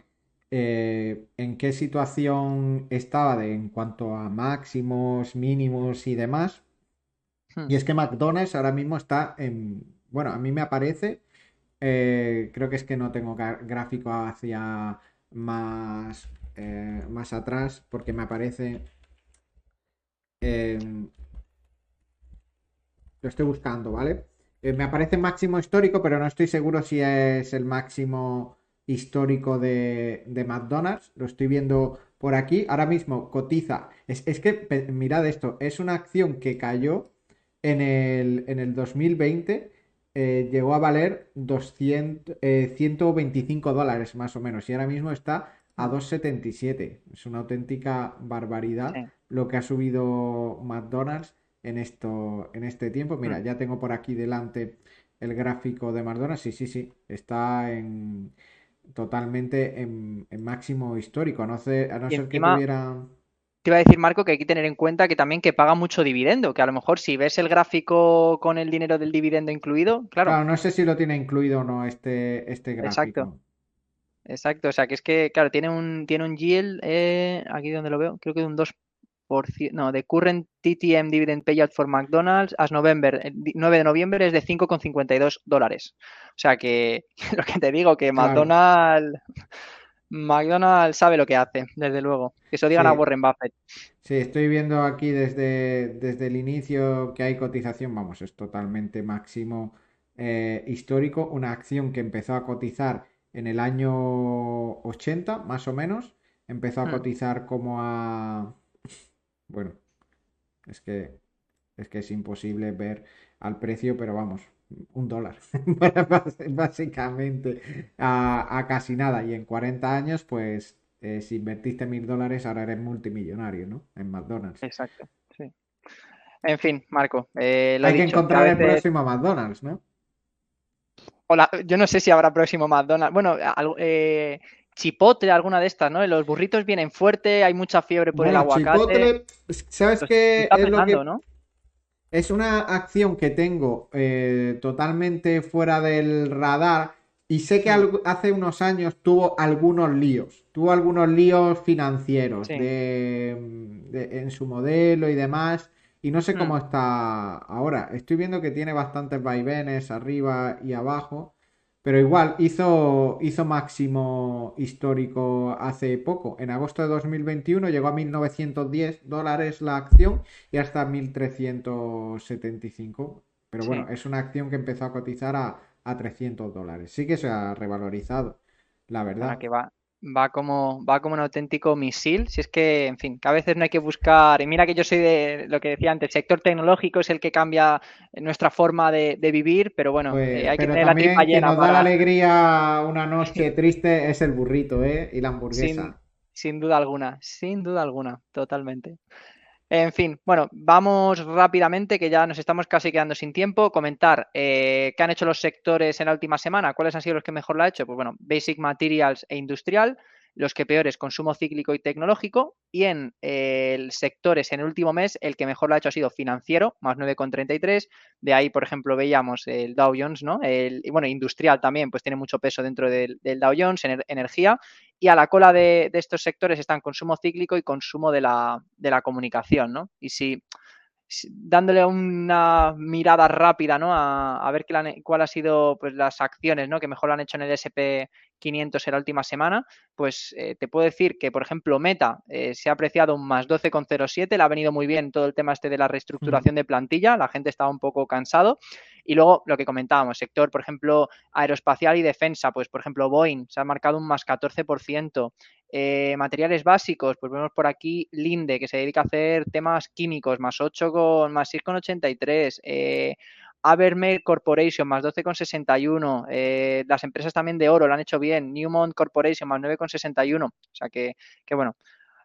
eh, en qué situación estaba de, en cuanto a máximos, mínimos y demás. Hmm. Y es que McDonald's ahora mismo está en, bueno, a mí me aparece, eh, creo que es que no tengo ga- gráfico hacia más, eh, más atrás, porque me aparece, em, lo estoy buscando, ¿vale? Eh, me aparece máximo histórico, pero no estoy seguro si es el máximo histórico de, de McDonald's. Lo estoy viendo por aquí. Ahora mismo cotiza. Es, es que, pe- mirad esto, es una acción que cayó en el, en el dos mil veinte. Eh, llegó a valer doscientos, eh, ciento veinticinco dólares más o menos. Y ahora mismo está a Hmm. dos setenta y siete. Es una auténtica barbaridad Sí. lo que ha subido McDonald's en esto, en este tiempo. Hmm. Mira, ya tengo por aquí delante el gráfico de McDonald's. Sí, sí, sí. Está en totalmente en, en máximo histórico. A no ser, a no Y ser que encima, tuviera. te iba a decir, Marco, que hay que tener en cuenta que también que paga mucho dividendo, que a lo mejor si ves el gráfico con el dinero del dividendo incluido, claro, Claro, no sé si lo tiene incluido o no este, este exacto, gráfico. exacto. O sea, que es que, claro, tiene un, tiene un yield, eh, aquí donde lo veo, creo que de un dos por ciento, no, de current T T M dividend payout for McDonald's as November, el di- nueve de noviembre es de cinco coma cincuenta y dos dólares. O sea que, lo que te digo, que Claro, McDonald's, McDonald's sabe lo que hace, desde luego. Que eso digan a sí. Warren Buffett. Sí, estoy viendo aquí desde, desde el inicio que hay cotización, vamos, es totalmente máximo eh, histórico, una acción que empezó a cotizar en el año ochenta, más o menos, empezó a Hmm. cotizar como a, bueno, es que es que es imposible ver al precio, pero vamos, un dólar, básicamente, a, a casi nada, y en cuarenta años, pues, eh, si invertiste mil dólares, ahora eres multimillonario, ¿no? En McDonald's. Exacto, sí. En fin, Marco, eh, lo Hay que dicho, que a encontrar el veces, próximo McDonald's, ¿no? hola, yo no sé si habrá próximo McDonald's. Bueno, algo- eh, Chipotle, alguna de estas, ¿no? Los burritos vienen fuerte, hay mucha fiebre por el Bueno, aguacate. Chipotle, ¿sabes Lo, lo qué está es lo petando, que ¿no? es una acción que tengo eh, totalmente fuera del radar y sé que Mm, al- hace unos años tuvo algunos líos, tuvo algunos líos financieros sí. de, de- en su modelo y demás y no sé Mm, cómo está ahora. Estoy viendo que tiene bastantes vaivenes arriba y abajo, pero igual hizo, hizo máximo histórico hace poco. En agosto de dos mil veintiuno llegó a mil novecientos diez dólares la acción y hasta mil trescientos setenta y cinco. Pero bueno, sí. es una acción que empezó a cotizar a, a trescientos dólares. Sí que se ha revalorizado, la Nada, verdad. que va, va como, va como un auténtico misil. Si es que, en fin, que a veces no hay que buscar. Y mira que yo soy de lo que decía antes, el sector tecnológico es el que cambia nuestra forma de, de vivir, pero bueno, eh, Pues, hay que pero tener la tripa también que llena nos da la para. alegría una noche triste es el burrito, ¿eh? Y la Sin, hamburguesa. sin duda alguna, sin duda alguna, totalmente. En fin, bueno, vamos rápidamente, que ya nos estamos casi quedando sin tiempo. Comentar eh, qué han hecho los sectores en la última semana, cuáles han sido los que mejor lo ha hecho. Pues bueno, Basic Materials e Industrial, los que peores, consumo cíclico y tecnológico. Y en eh, sectores en el último mes, el que mejor lo ha hecho ha sido financiero, más nueve coma treinta y tres. De ahí, por ejemplo, veíamos el Dow Jones, ¿no? El, y bueno, industrial también, pues tiene mucho peso dentro del, del Dow Jones, ener, energía. Y a la cola de, de, estos sectores están consumo cíclico y consumo de la, de la comunicación, ¿no? Y si, si dándole una mirada rápida, ¿no? A, a ver qué cuál ha sido pues, las acciones, ¿no? Que mejor lo han hecho en el S and P quinientos en la última semana, pues eh, te puedo decir que, por ejemplo, Meta eh, se ha apreciado un más doce coma cero siete, le ha venido muy bien todo el tema este de la reestructuración de plantilla, la gente estaba un poco cansado. Y luego lo que comentábamos, sector, por ejemplo, aeroespacial y defensa, pues por ejemplo Boeing se ha marcado un más catorce por ciento. Eh, materiales básicos, pues vemos por aquí Linde, que se dedica a hacer temas químicos, más ocho con, más seis coma ochenta y tres. Eh, Abermere Corporation, más doce coma sesenta y uno. Eh, las empresas también de oro lo han hecho bien. Newmont Corporation, más nueve coma sesenta y uno. O sea que, que bueno,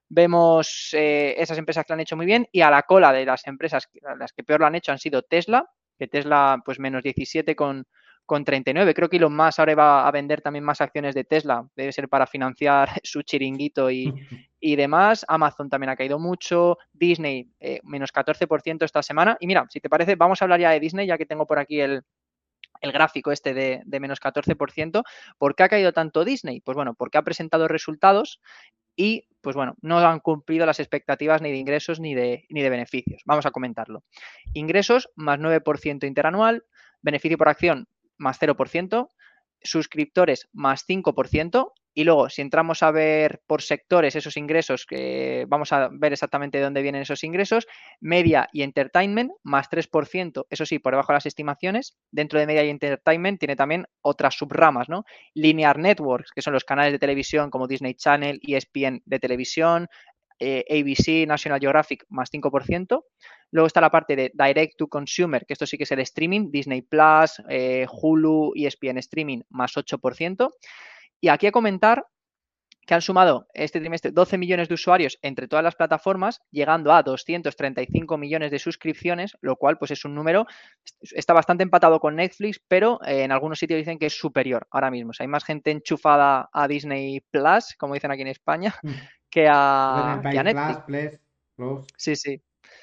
vemos eh, esas empresas que lo han hecho muy bien y a la cola de las empresas, las que peor lo han hecho han sido Tesla, que Tesla pues menos diecisiete con, con treinta y nueve. Creo que Elon Musk ahora va a vender también más acciones de Tesla, debe ser para financiar su chiringuito y, y demás. Amazon también ha caído mucho, Disney eh, menos catorce por ciento esta semana. Y mira, si te parece, vamos a hablar ya de Disney, ya que tengo por aquí el, el gráfico este de, de menos catorce por ciento. ¿Por qué ha caído tanto Disney? Pues bueno, porque ha presentado resultados y pues bueno, no han cumplido las expectativas ni de ingresos ni de, ni de beneficios. Vamos a comentarlo. Ingresos más nueve por ciento interanual, beneficio por acción más cero por ciento, suscriptores más cinco por ciento y luego si entramos a ver por sectores esos ingresos, que vamos a ver exactamente de dónde vienen esos ingresos, media y entertainment más tres por ciento, eso sí, por debajo de las estimaciones. Dentro de media y entertainment tiene también otras subramas, ¿no? Linear networks, que son los canales de televisión como Disney Channel, E S P N de televisión, eh, A B C, National Geographic más cinco por ciento. Luego está la parte de Direct to Consumer, que esto sí que es el streaming, Disney Plus, eh, Hulu, E S P N Streaming más ocho por ciento. Y aquí a comentar que han sumado este trimestre doce millones de usuarios entre todas las plataformas, llegando a doscientos treinta y cinco millones de suscripciones, lo cual pues es un número, está bastante empatado con Netflix, pero eh, en algunos sitios dicen que es superior ahora mismo. O sea, hay más gente enchufada a Disney Plus, como dicen aquí en España, que En el a, que a País Plus, Netflix. Plus, Plus. Sí, sí.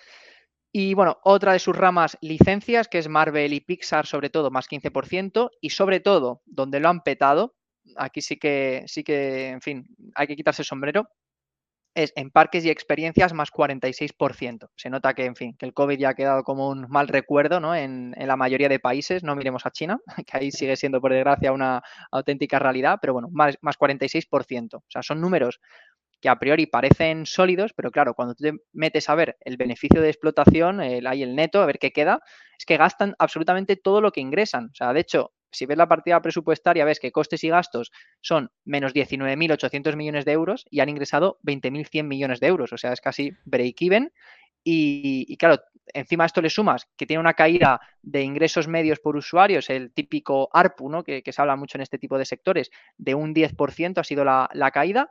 Y bueno, otra de sus ramas, licencias, que es Marvel y Pixar, sobre todo, más quince por ciento. Y sobre todo, donde lo han petado, aquí sí que, sí que, en fin, hay que quitarse el sombrero, es en parques y experiencias más cuarenta y seis por ciento. Se nota que, en fin, que el COVID ya ha quedado como un mal recuerdo, ¿no? En, en la mayoría de países, no miremos a China, que ahí sigue siendo, por desgracia, una auténtica realidad, pero bueno, más, más cuarenta y seis por ciento. O sea, son números que a priori parecen sólidos, pero claro, cuando tú te metes a ver el beneficio de explotación, el, ahí el neto, a ver qué queda, es que gastan absolutamente todo lo que ingresan. O sea, de hecho, si ves la partida presupuestaria, ves que costes y gastos son menos diecinueve mil ochocientos millones de euros y han ingresado veinte mil cien millones de euros. O sea, es casi break-even. Y, y, claro, encima a esto le sumas que tiene una caída de ingresos medios por usuarios, el típico A R P U, ¿no? que, que se habla mucho en este tipo de sectores, de un diez por ciento ha sido la, la caída.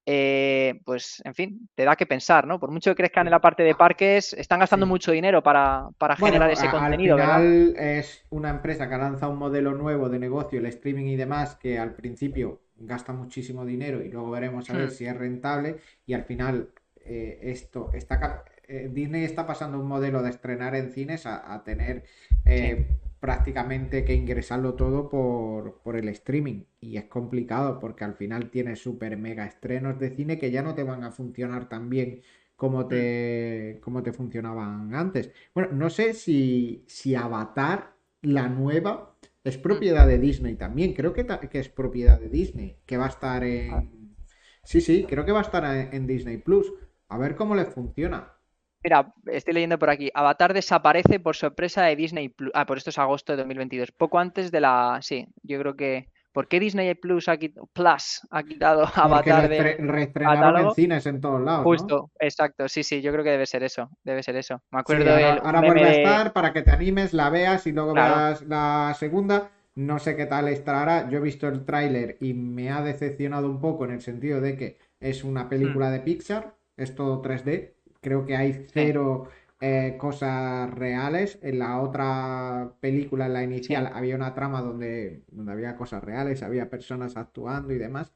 Eh, pues, en fin, te da que pensar, ¿no? Por mucho que crezcan en la parte de parques, están gastando Sí. mucho dinero para, para generar Bueno, ese a- al contenido, ¿verdad? final es una empresa que ha lanzado un modelo nuevo de negocio, el streaming y demás, que al principio gasta muchísimo dinero y luego veremos a ver Hmm, si es rentable y al final eh, esto está ca- eh, Disney está pasando un modelo de estrenar en cines a, a tener sí, eh, prácticamente que ingresarlo todo por, por el streaming y es complicado porque al final tienes super mega estrenos de cine que ya no te van a funcionar tan bien como hmm, te, como te funcionaban antes. Bueno, no sé si, si Avatar, la nueva, es hmm. propiedad de Disney también. Creo que, ta- que es propiedad de Disney, que va a estar en... Sí, sí, creo que va a estar en, en Disney Plus. A ver cómo les funciona. Mira, estoy leyendo por aquí. Avatar desaparece por sorpresa de Disney Plus. Ah, por esto es agosto de dos mil veintidós. Poco antes de la. Sí, yo creo que. ¿Por qué Disney Plus ha quitado, Plus ha quitado Porque lo Avatar estre- del reestrenaron en catálogo? cines en todos lados, ¿no? Justo, exacto. Sí, sí, yo creo que debe ser eso. Debe ser eso. Me Sí, acuerdo ahora, el, un ahora meme vuelve a de. estar para que te animes, la veas y luego Claro. veas la segunda. No sé qué tal estará. Yo he visto el tráiler y me ha decepcionado un poco en el sentido de que es una Hmm, película de Pixar, es todo tres D. Creo que hay sí, cero eh, cosas reales. En la otra película, en la sí. inicial, había una trama donde, donde había cosas reales, había personas actuando y demás.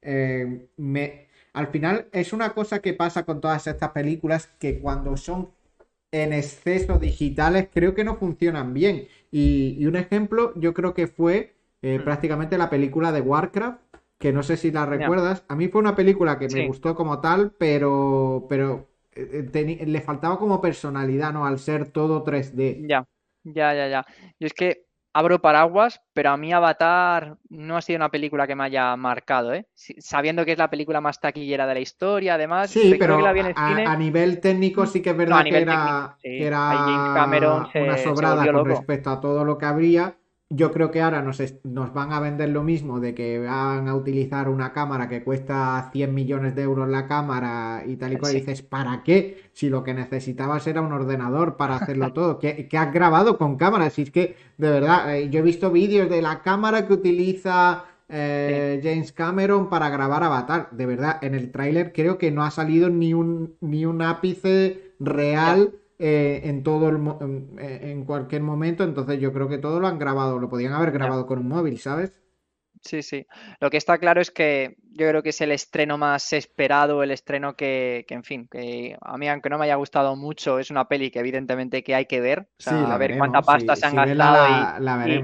Eh, me, Al final es una cosa que pasa con todas estas películas que cuando son en exceso digitales creo que no funcionan bien. Y, y un ejemplo yo creo que fue eh, Hmm, prácticamente la película de Warcraft, que no sé si la ya, recuerdas. A mí fue una película que me sí. gustó como tal, pero, pero eh, eh, teni- le faltaba como personalidad, ¿no? Al ser todo tres D. Ya, ya, ya, ya. Yo es que abro paraguas, pero a mí Avatar no ha sido una película que me haya marcado, ¿eh? Si- Sabiendo que es la película más taquillera de la historia, además, Sí, recuerdo que pero la vi en a, el a- cine. a nivel técnico sí que es No, a verdad que nivel técnico, era, que sí. Ahí James Cameron era una se, se sobrada volvió con loco. respecto a todo lo que habría. Yo creo que ahora nos, es- nos van a vender lo mismo de que van a utilizar una cámara que cuesta cien millones de euros la cámara y tal y cual. Y Sí. dices, ¿para qué? Si lo que necesitabas era un ordenador para hacerlo todo. ¿Qué, qué has grabado con cámara? Si es que, de verdad, eh, yo he visto vídeos de la cámara que utiliza Sí. eh, James Cameron para grabar Avatar. De verdad, en el tráiler creo que no ha salido ni un, ni un ápice Ya. real eh, en todo el mo- en, en cualquier momento. Entonces yo creo que todo lo han grabado, lo podían haber Ya. grabado con un móvil, ¿sabes? Sí, sí. Lo que está claro es que yo creo que es el estreno más esperado, el estreno que, que, en fin, que a mí, aunque no me haya gustado mucho, es una peli que evidentemente que hay que ver, o Sí, sea, la a ver cuánta veremos. pasta Si, se han si vela gastado y, la, la y, veremos.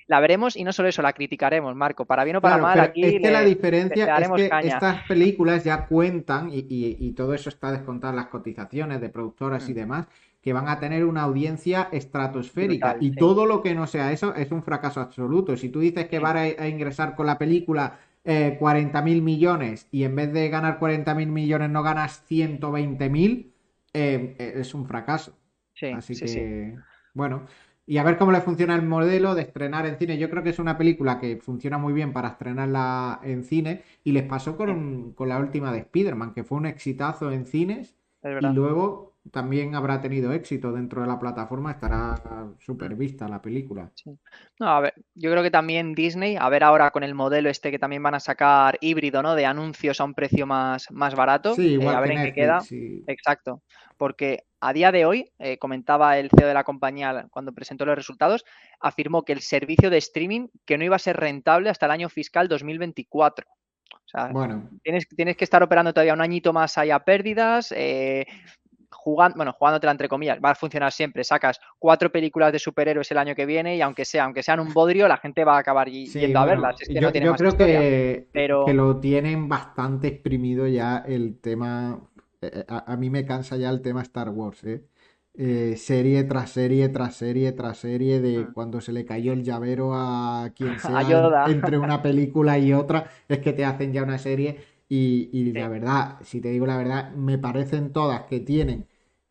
la veremos y no solo eso, la criticaremos, Marco. Para bien o para Claro, mal, pero es aquí que la le, le- le diferencia es daremos que caña. estas películas ya cuentan, y, y- y todo eso está descontado en las cotizaciones de productoras y Mm, demás, que van a tener una audiencia estratosférica. Brutal, Y sí. todo lo que no sea eso es un fracaso absoluto. Si tú dices que Mm, van a, a ingresar con la película eh, cuarenta mil millones y en vez de ganar cuarenta mil millones no ganas ciento veinte mil, eh, eh, es un fracaso. Sí, Así sí, sí. que, bueno, y a ver cómo le funciona el modelo de estrenar en cine. Yo creo que es una película que funciona muy bien para estrenarla en cine y les pasó Sí, con, con la última de Spider-Man, que fue un exitazo en cines es y verdad. luego también habrá tenido éxito dentro de la plataforma, estará súper Mm. vista la película. Sí. No, a ver, yo creo que también Disney, a ver ahora con el modelo este que también van a sacar híbrido, ¿no? De anuncios a un precio más, más barato, Sí, eh, igual a ver que en qué Netflix, queda. sí. Exacto. Porque a día de hoy, eh, comentaba el C E O de la compañía cuando presentó los resultados, afirmó que el servicio de streaming que no iba a ser rentable hasta el año fiscal dos mil veinticuatro. O sea, Bueno, tienes, tienes que estar operando todavía un añito más ahí a pérdidas, eh, jugando, bueno, jugándotela entre comillas, va a funcionar siempre. Sacas cuatro películas de superhéroes el año que viene y aunque sea, aunque sean un bodrio, la gente va a acabar sí, yendo a verlas. bueno, Es que no yo, tiene yo más creo historia. que, que Pero lo tienen bastante exprimido ya el tema. eh, A, a mí me cansa ya el tema Star Wars, ¿eh? Eh, serie tras serie, tras serie, tras serie, de mm, cuando se le cayó el llavero a quien sea en- ayuda. entre una película y otra, es que te hacen ya una serie y, y la Sí, verdad, si te digo la verdad, me parecen todas que tienen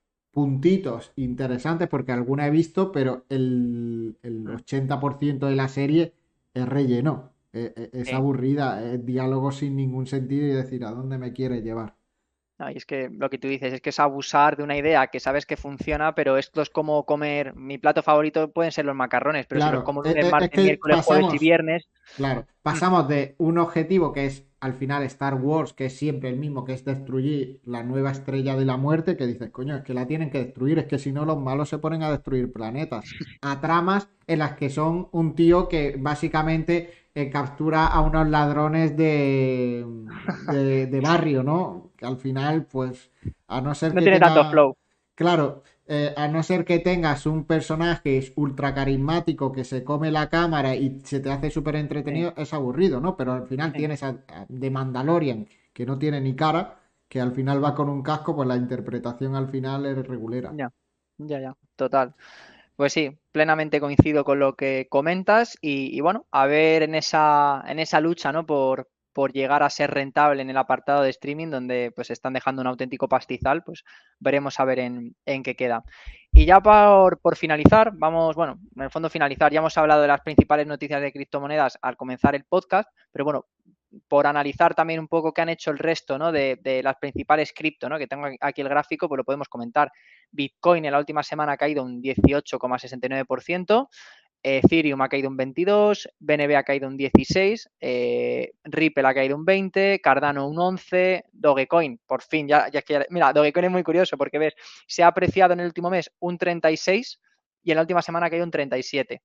puntitos interesantes porque alguna he visto, pero el, el mm, ochenta por ciento de la serie es relleno. e- e- Es sí. aburrida, es diálogo sin ningún sentido y decir a dónde me quiere llevar. No, y es que lo que tú dices es que es abusar de una idea que sabes que funciona, pero esto es como comer. Mi plato favorito pueden ser los macarrones, pero si los Claro, como e- lunes, e- es martes, que miércoles, jueves y pasamos, viernes. claro, mm, pasamos de un objetivo que es al final Star Wars, que es siempre el mismo, que es destruir la nueva estrella de la muerte, que dices, coño, es que la tienen que destruir, es que si no los malos se ponen a destruir planetas, a tramas en las que son un tío que básicamente eh, captura a unos ladrones de, de, de barrio, ¿no? Que al final, pues, a no ser No que tiene tanto tenga, flow. claro, eh, a no ser que tengas un personaje ultra carismático que se come la cámara y se te hace súper Sí, entretenido, es aburrido, ¿no? Pero al final sí. tienes a, a de Mandalorian, que no tiene ni cara, que al final va con un casco, pues la interpretación al final es regulera. Ya, ya, ya. Total. Pues sí, plenamente coincido con lo que comentas y, y bueno, a ver en esa, en esa lucha, ¿no? Por, por llegar a ser rentable en el apartado de streaming, donde pues están dejando un auténtico pastizal, pues veremos a ver en, en qué queda. Y ya por, por finalizar, vamos, bueno, en el fondo finalizar, ya hemos hablado de las principales noticias de criptomonedas al comenzar el podcast, pero bueno, por analizar también un poco qué han hecho el resto, ¿no? De, de las principales cripto, ¿no? Que tengo aquí el gráfico, pues lo podemos comentar. Bitcoin en la última semana ha caído un dieciocho coma sesenta y nueve por ciento, Ethereum ha caído un veintidós, B N B ha caído un dieciséis, eh, Ripple ha caído un veinte, Cardano un once, Dogecoin, por fin, ya, ya es que ya, mira, Dogecoin es muy curioso porque ves, se ha apreciado en el último mes un treinta y seis y en la última semana ha caído un treinta y siete,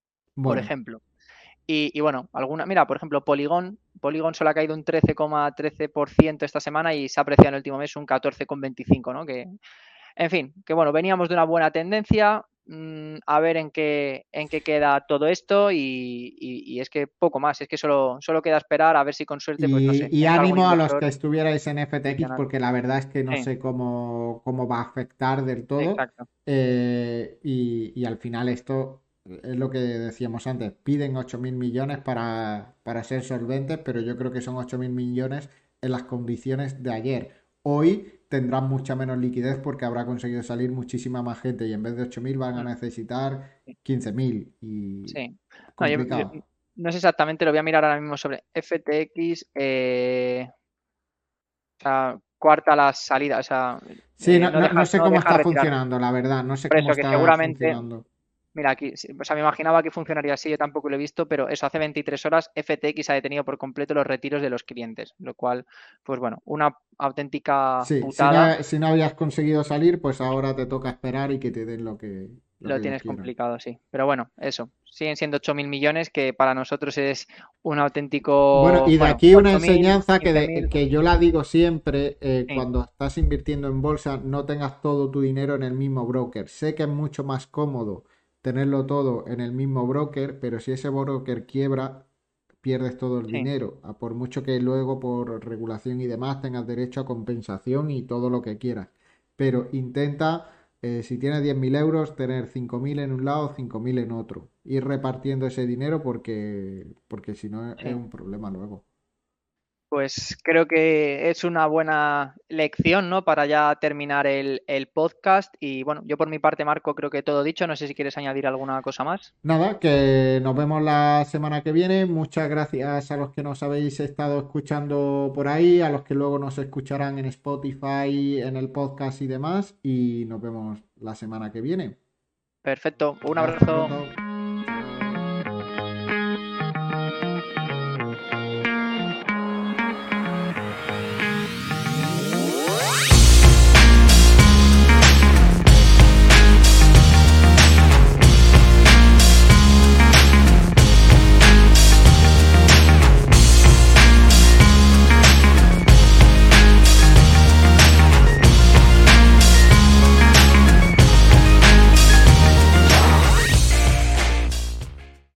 por Bueno, ejemplo. Y, y, bueno, alguna, mira, por ejemplo, Polygon, Polygon solo ha caído un trece coma trece por ciento esta semana y se ha apreciado en el último mes un catorce coma veinticinco, ¿no? Que, en fin, que bueno, veníamos de una buena tendencia, mmm, a ver en qué, en qué queda todo esto y, y, y, es que poco más, es que solo, solo queda esperar a ver si con suerte, pues no y, sé, y entra algún ánimo a los inversor que estuvierais en F T X institucional. porque la verdad es que no Sí, sé cómo, cómo va a afectar del todo. exacto. eh, y, y al final esto es lo que decíamos antes, piden ocho mil millones para, para ser solventes, pero yo creo que son ocho mil millones en las condiciones de ayer. Hoy tendrán mucha menos liquidez porque habrá conseguido salir muchísima más gente y en vez de ocho mil van a Mm, necesitar sí. quince mil y Sí. No, yo- yo- complicado. no sé exactamente, lo voy a mirar ahora mismo sobre F T X, eh, o sea, cuarta la salida, o sea, Sí, eh, no, no no, no deja, sé no cómo deja está retirar. funcionando, la verdad, no sé Por cómo eso que está seguramente, funcionando. mira, aquí, sí, o sea, me imaginaba que funcionaría así, yo tampoco lo he visto, pero eso, hace veintitrés horas F T X ha detenido por completo los retiros de los clientes, lo cual, pues bueno, una auténtica Sí, si putada, no, si no habías conseguido salir, pues ahora te toca esperar y que te den lo que, lo lo que ellos tienes quieran. complicado, sí. Pero bueno, eso, siguen siendo ocho mil millones, que para nosotros es un auténtico, Bueno, y de bueno, aquí una ocho mil, enseñanza que, quince de- mil, que yo la digo siempre, eh, sí, cuando estás invirtiendo en bolsa, no tengas todo tu dinero en el mismo broker. Sé que es mucho más cómodo tenerlo todo en el mismo broker, pero si ese broker quiebra, pierdes todo el Sí. dinero, a por mucho que luego por regulación y demás tengas derecho a compensación y todo lo que quieras. Pero intenta, eh, si tienes diez mil euros, tener cinco mil en un lado, cinco mil en otro. Ir repartiendo ese dinero porque, porque si no es Sí. un problema luego. Pues creo que es una buena lección, ¿no? Para ya terminar el, el podcast. Y bueno, yo por mi parte, Marco, creo que todo dicho. No sé si quieres añadir alguna cosa más. Nada, que nos vemos la semana que viene. Muchas gracias a los que nos habéis estado escuchando por ahí, a los que luego nos escucharán en Spotify, en el podcast y demás. Y nos vemos la semana que viene. Perfecto. Un Hasta abrazo. pronto.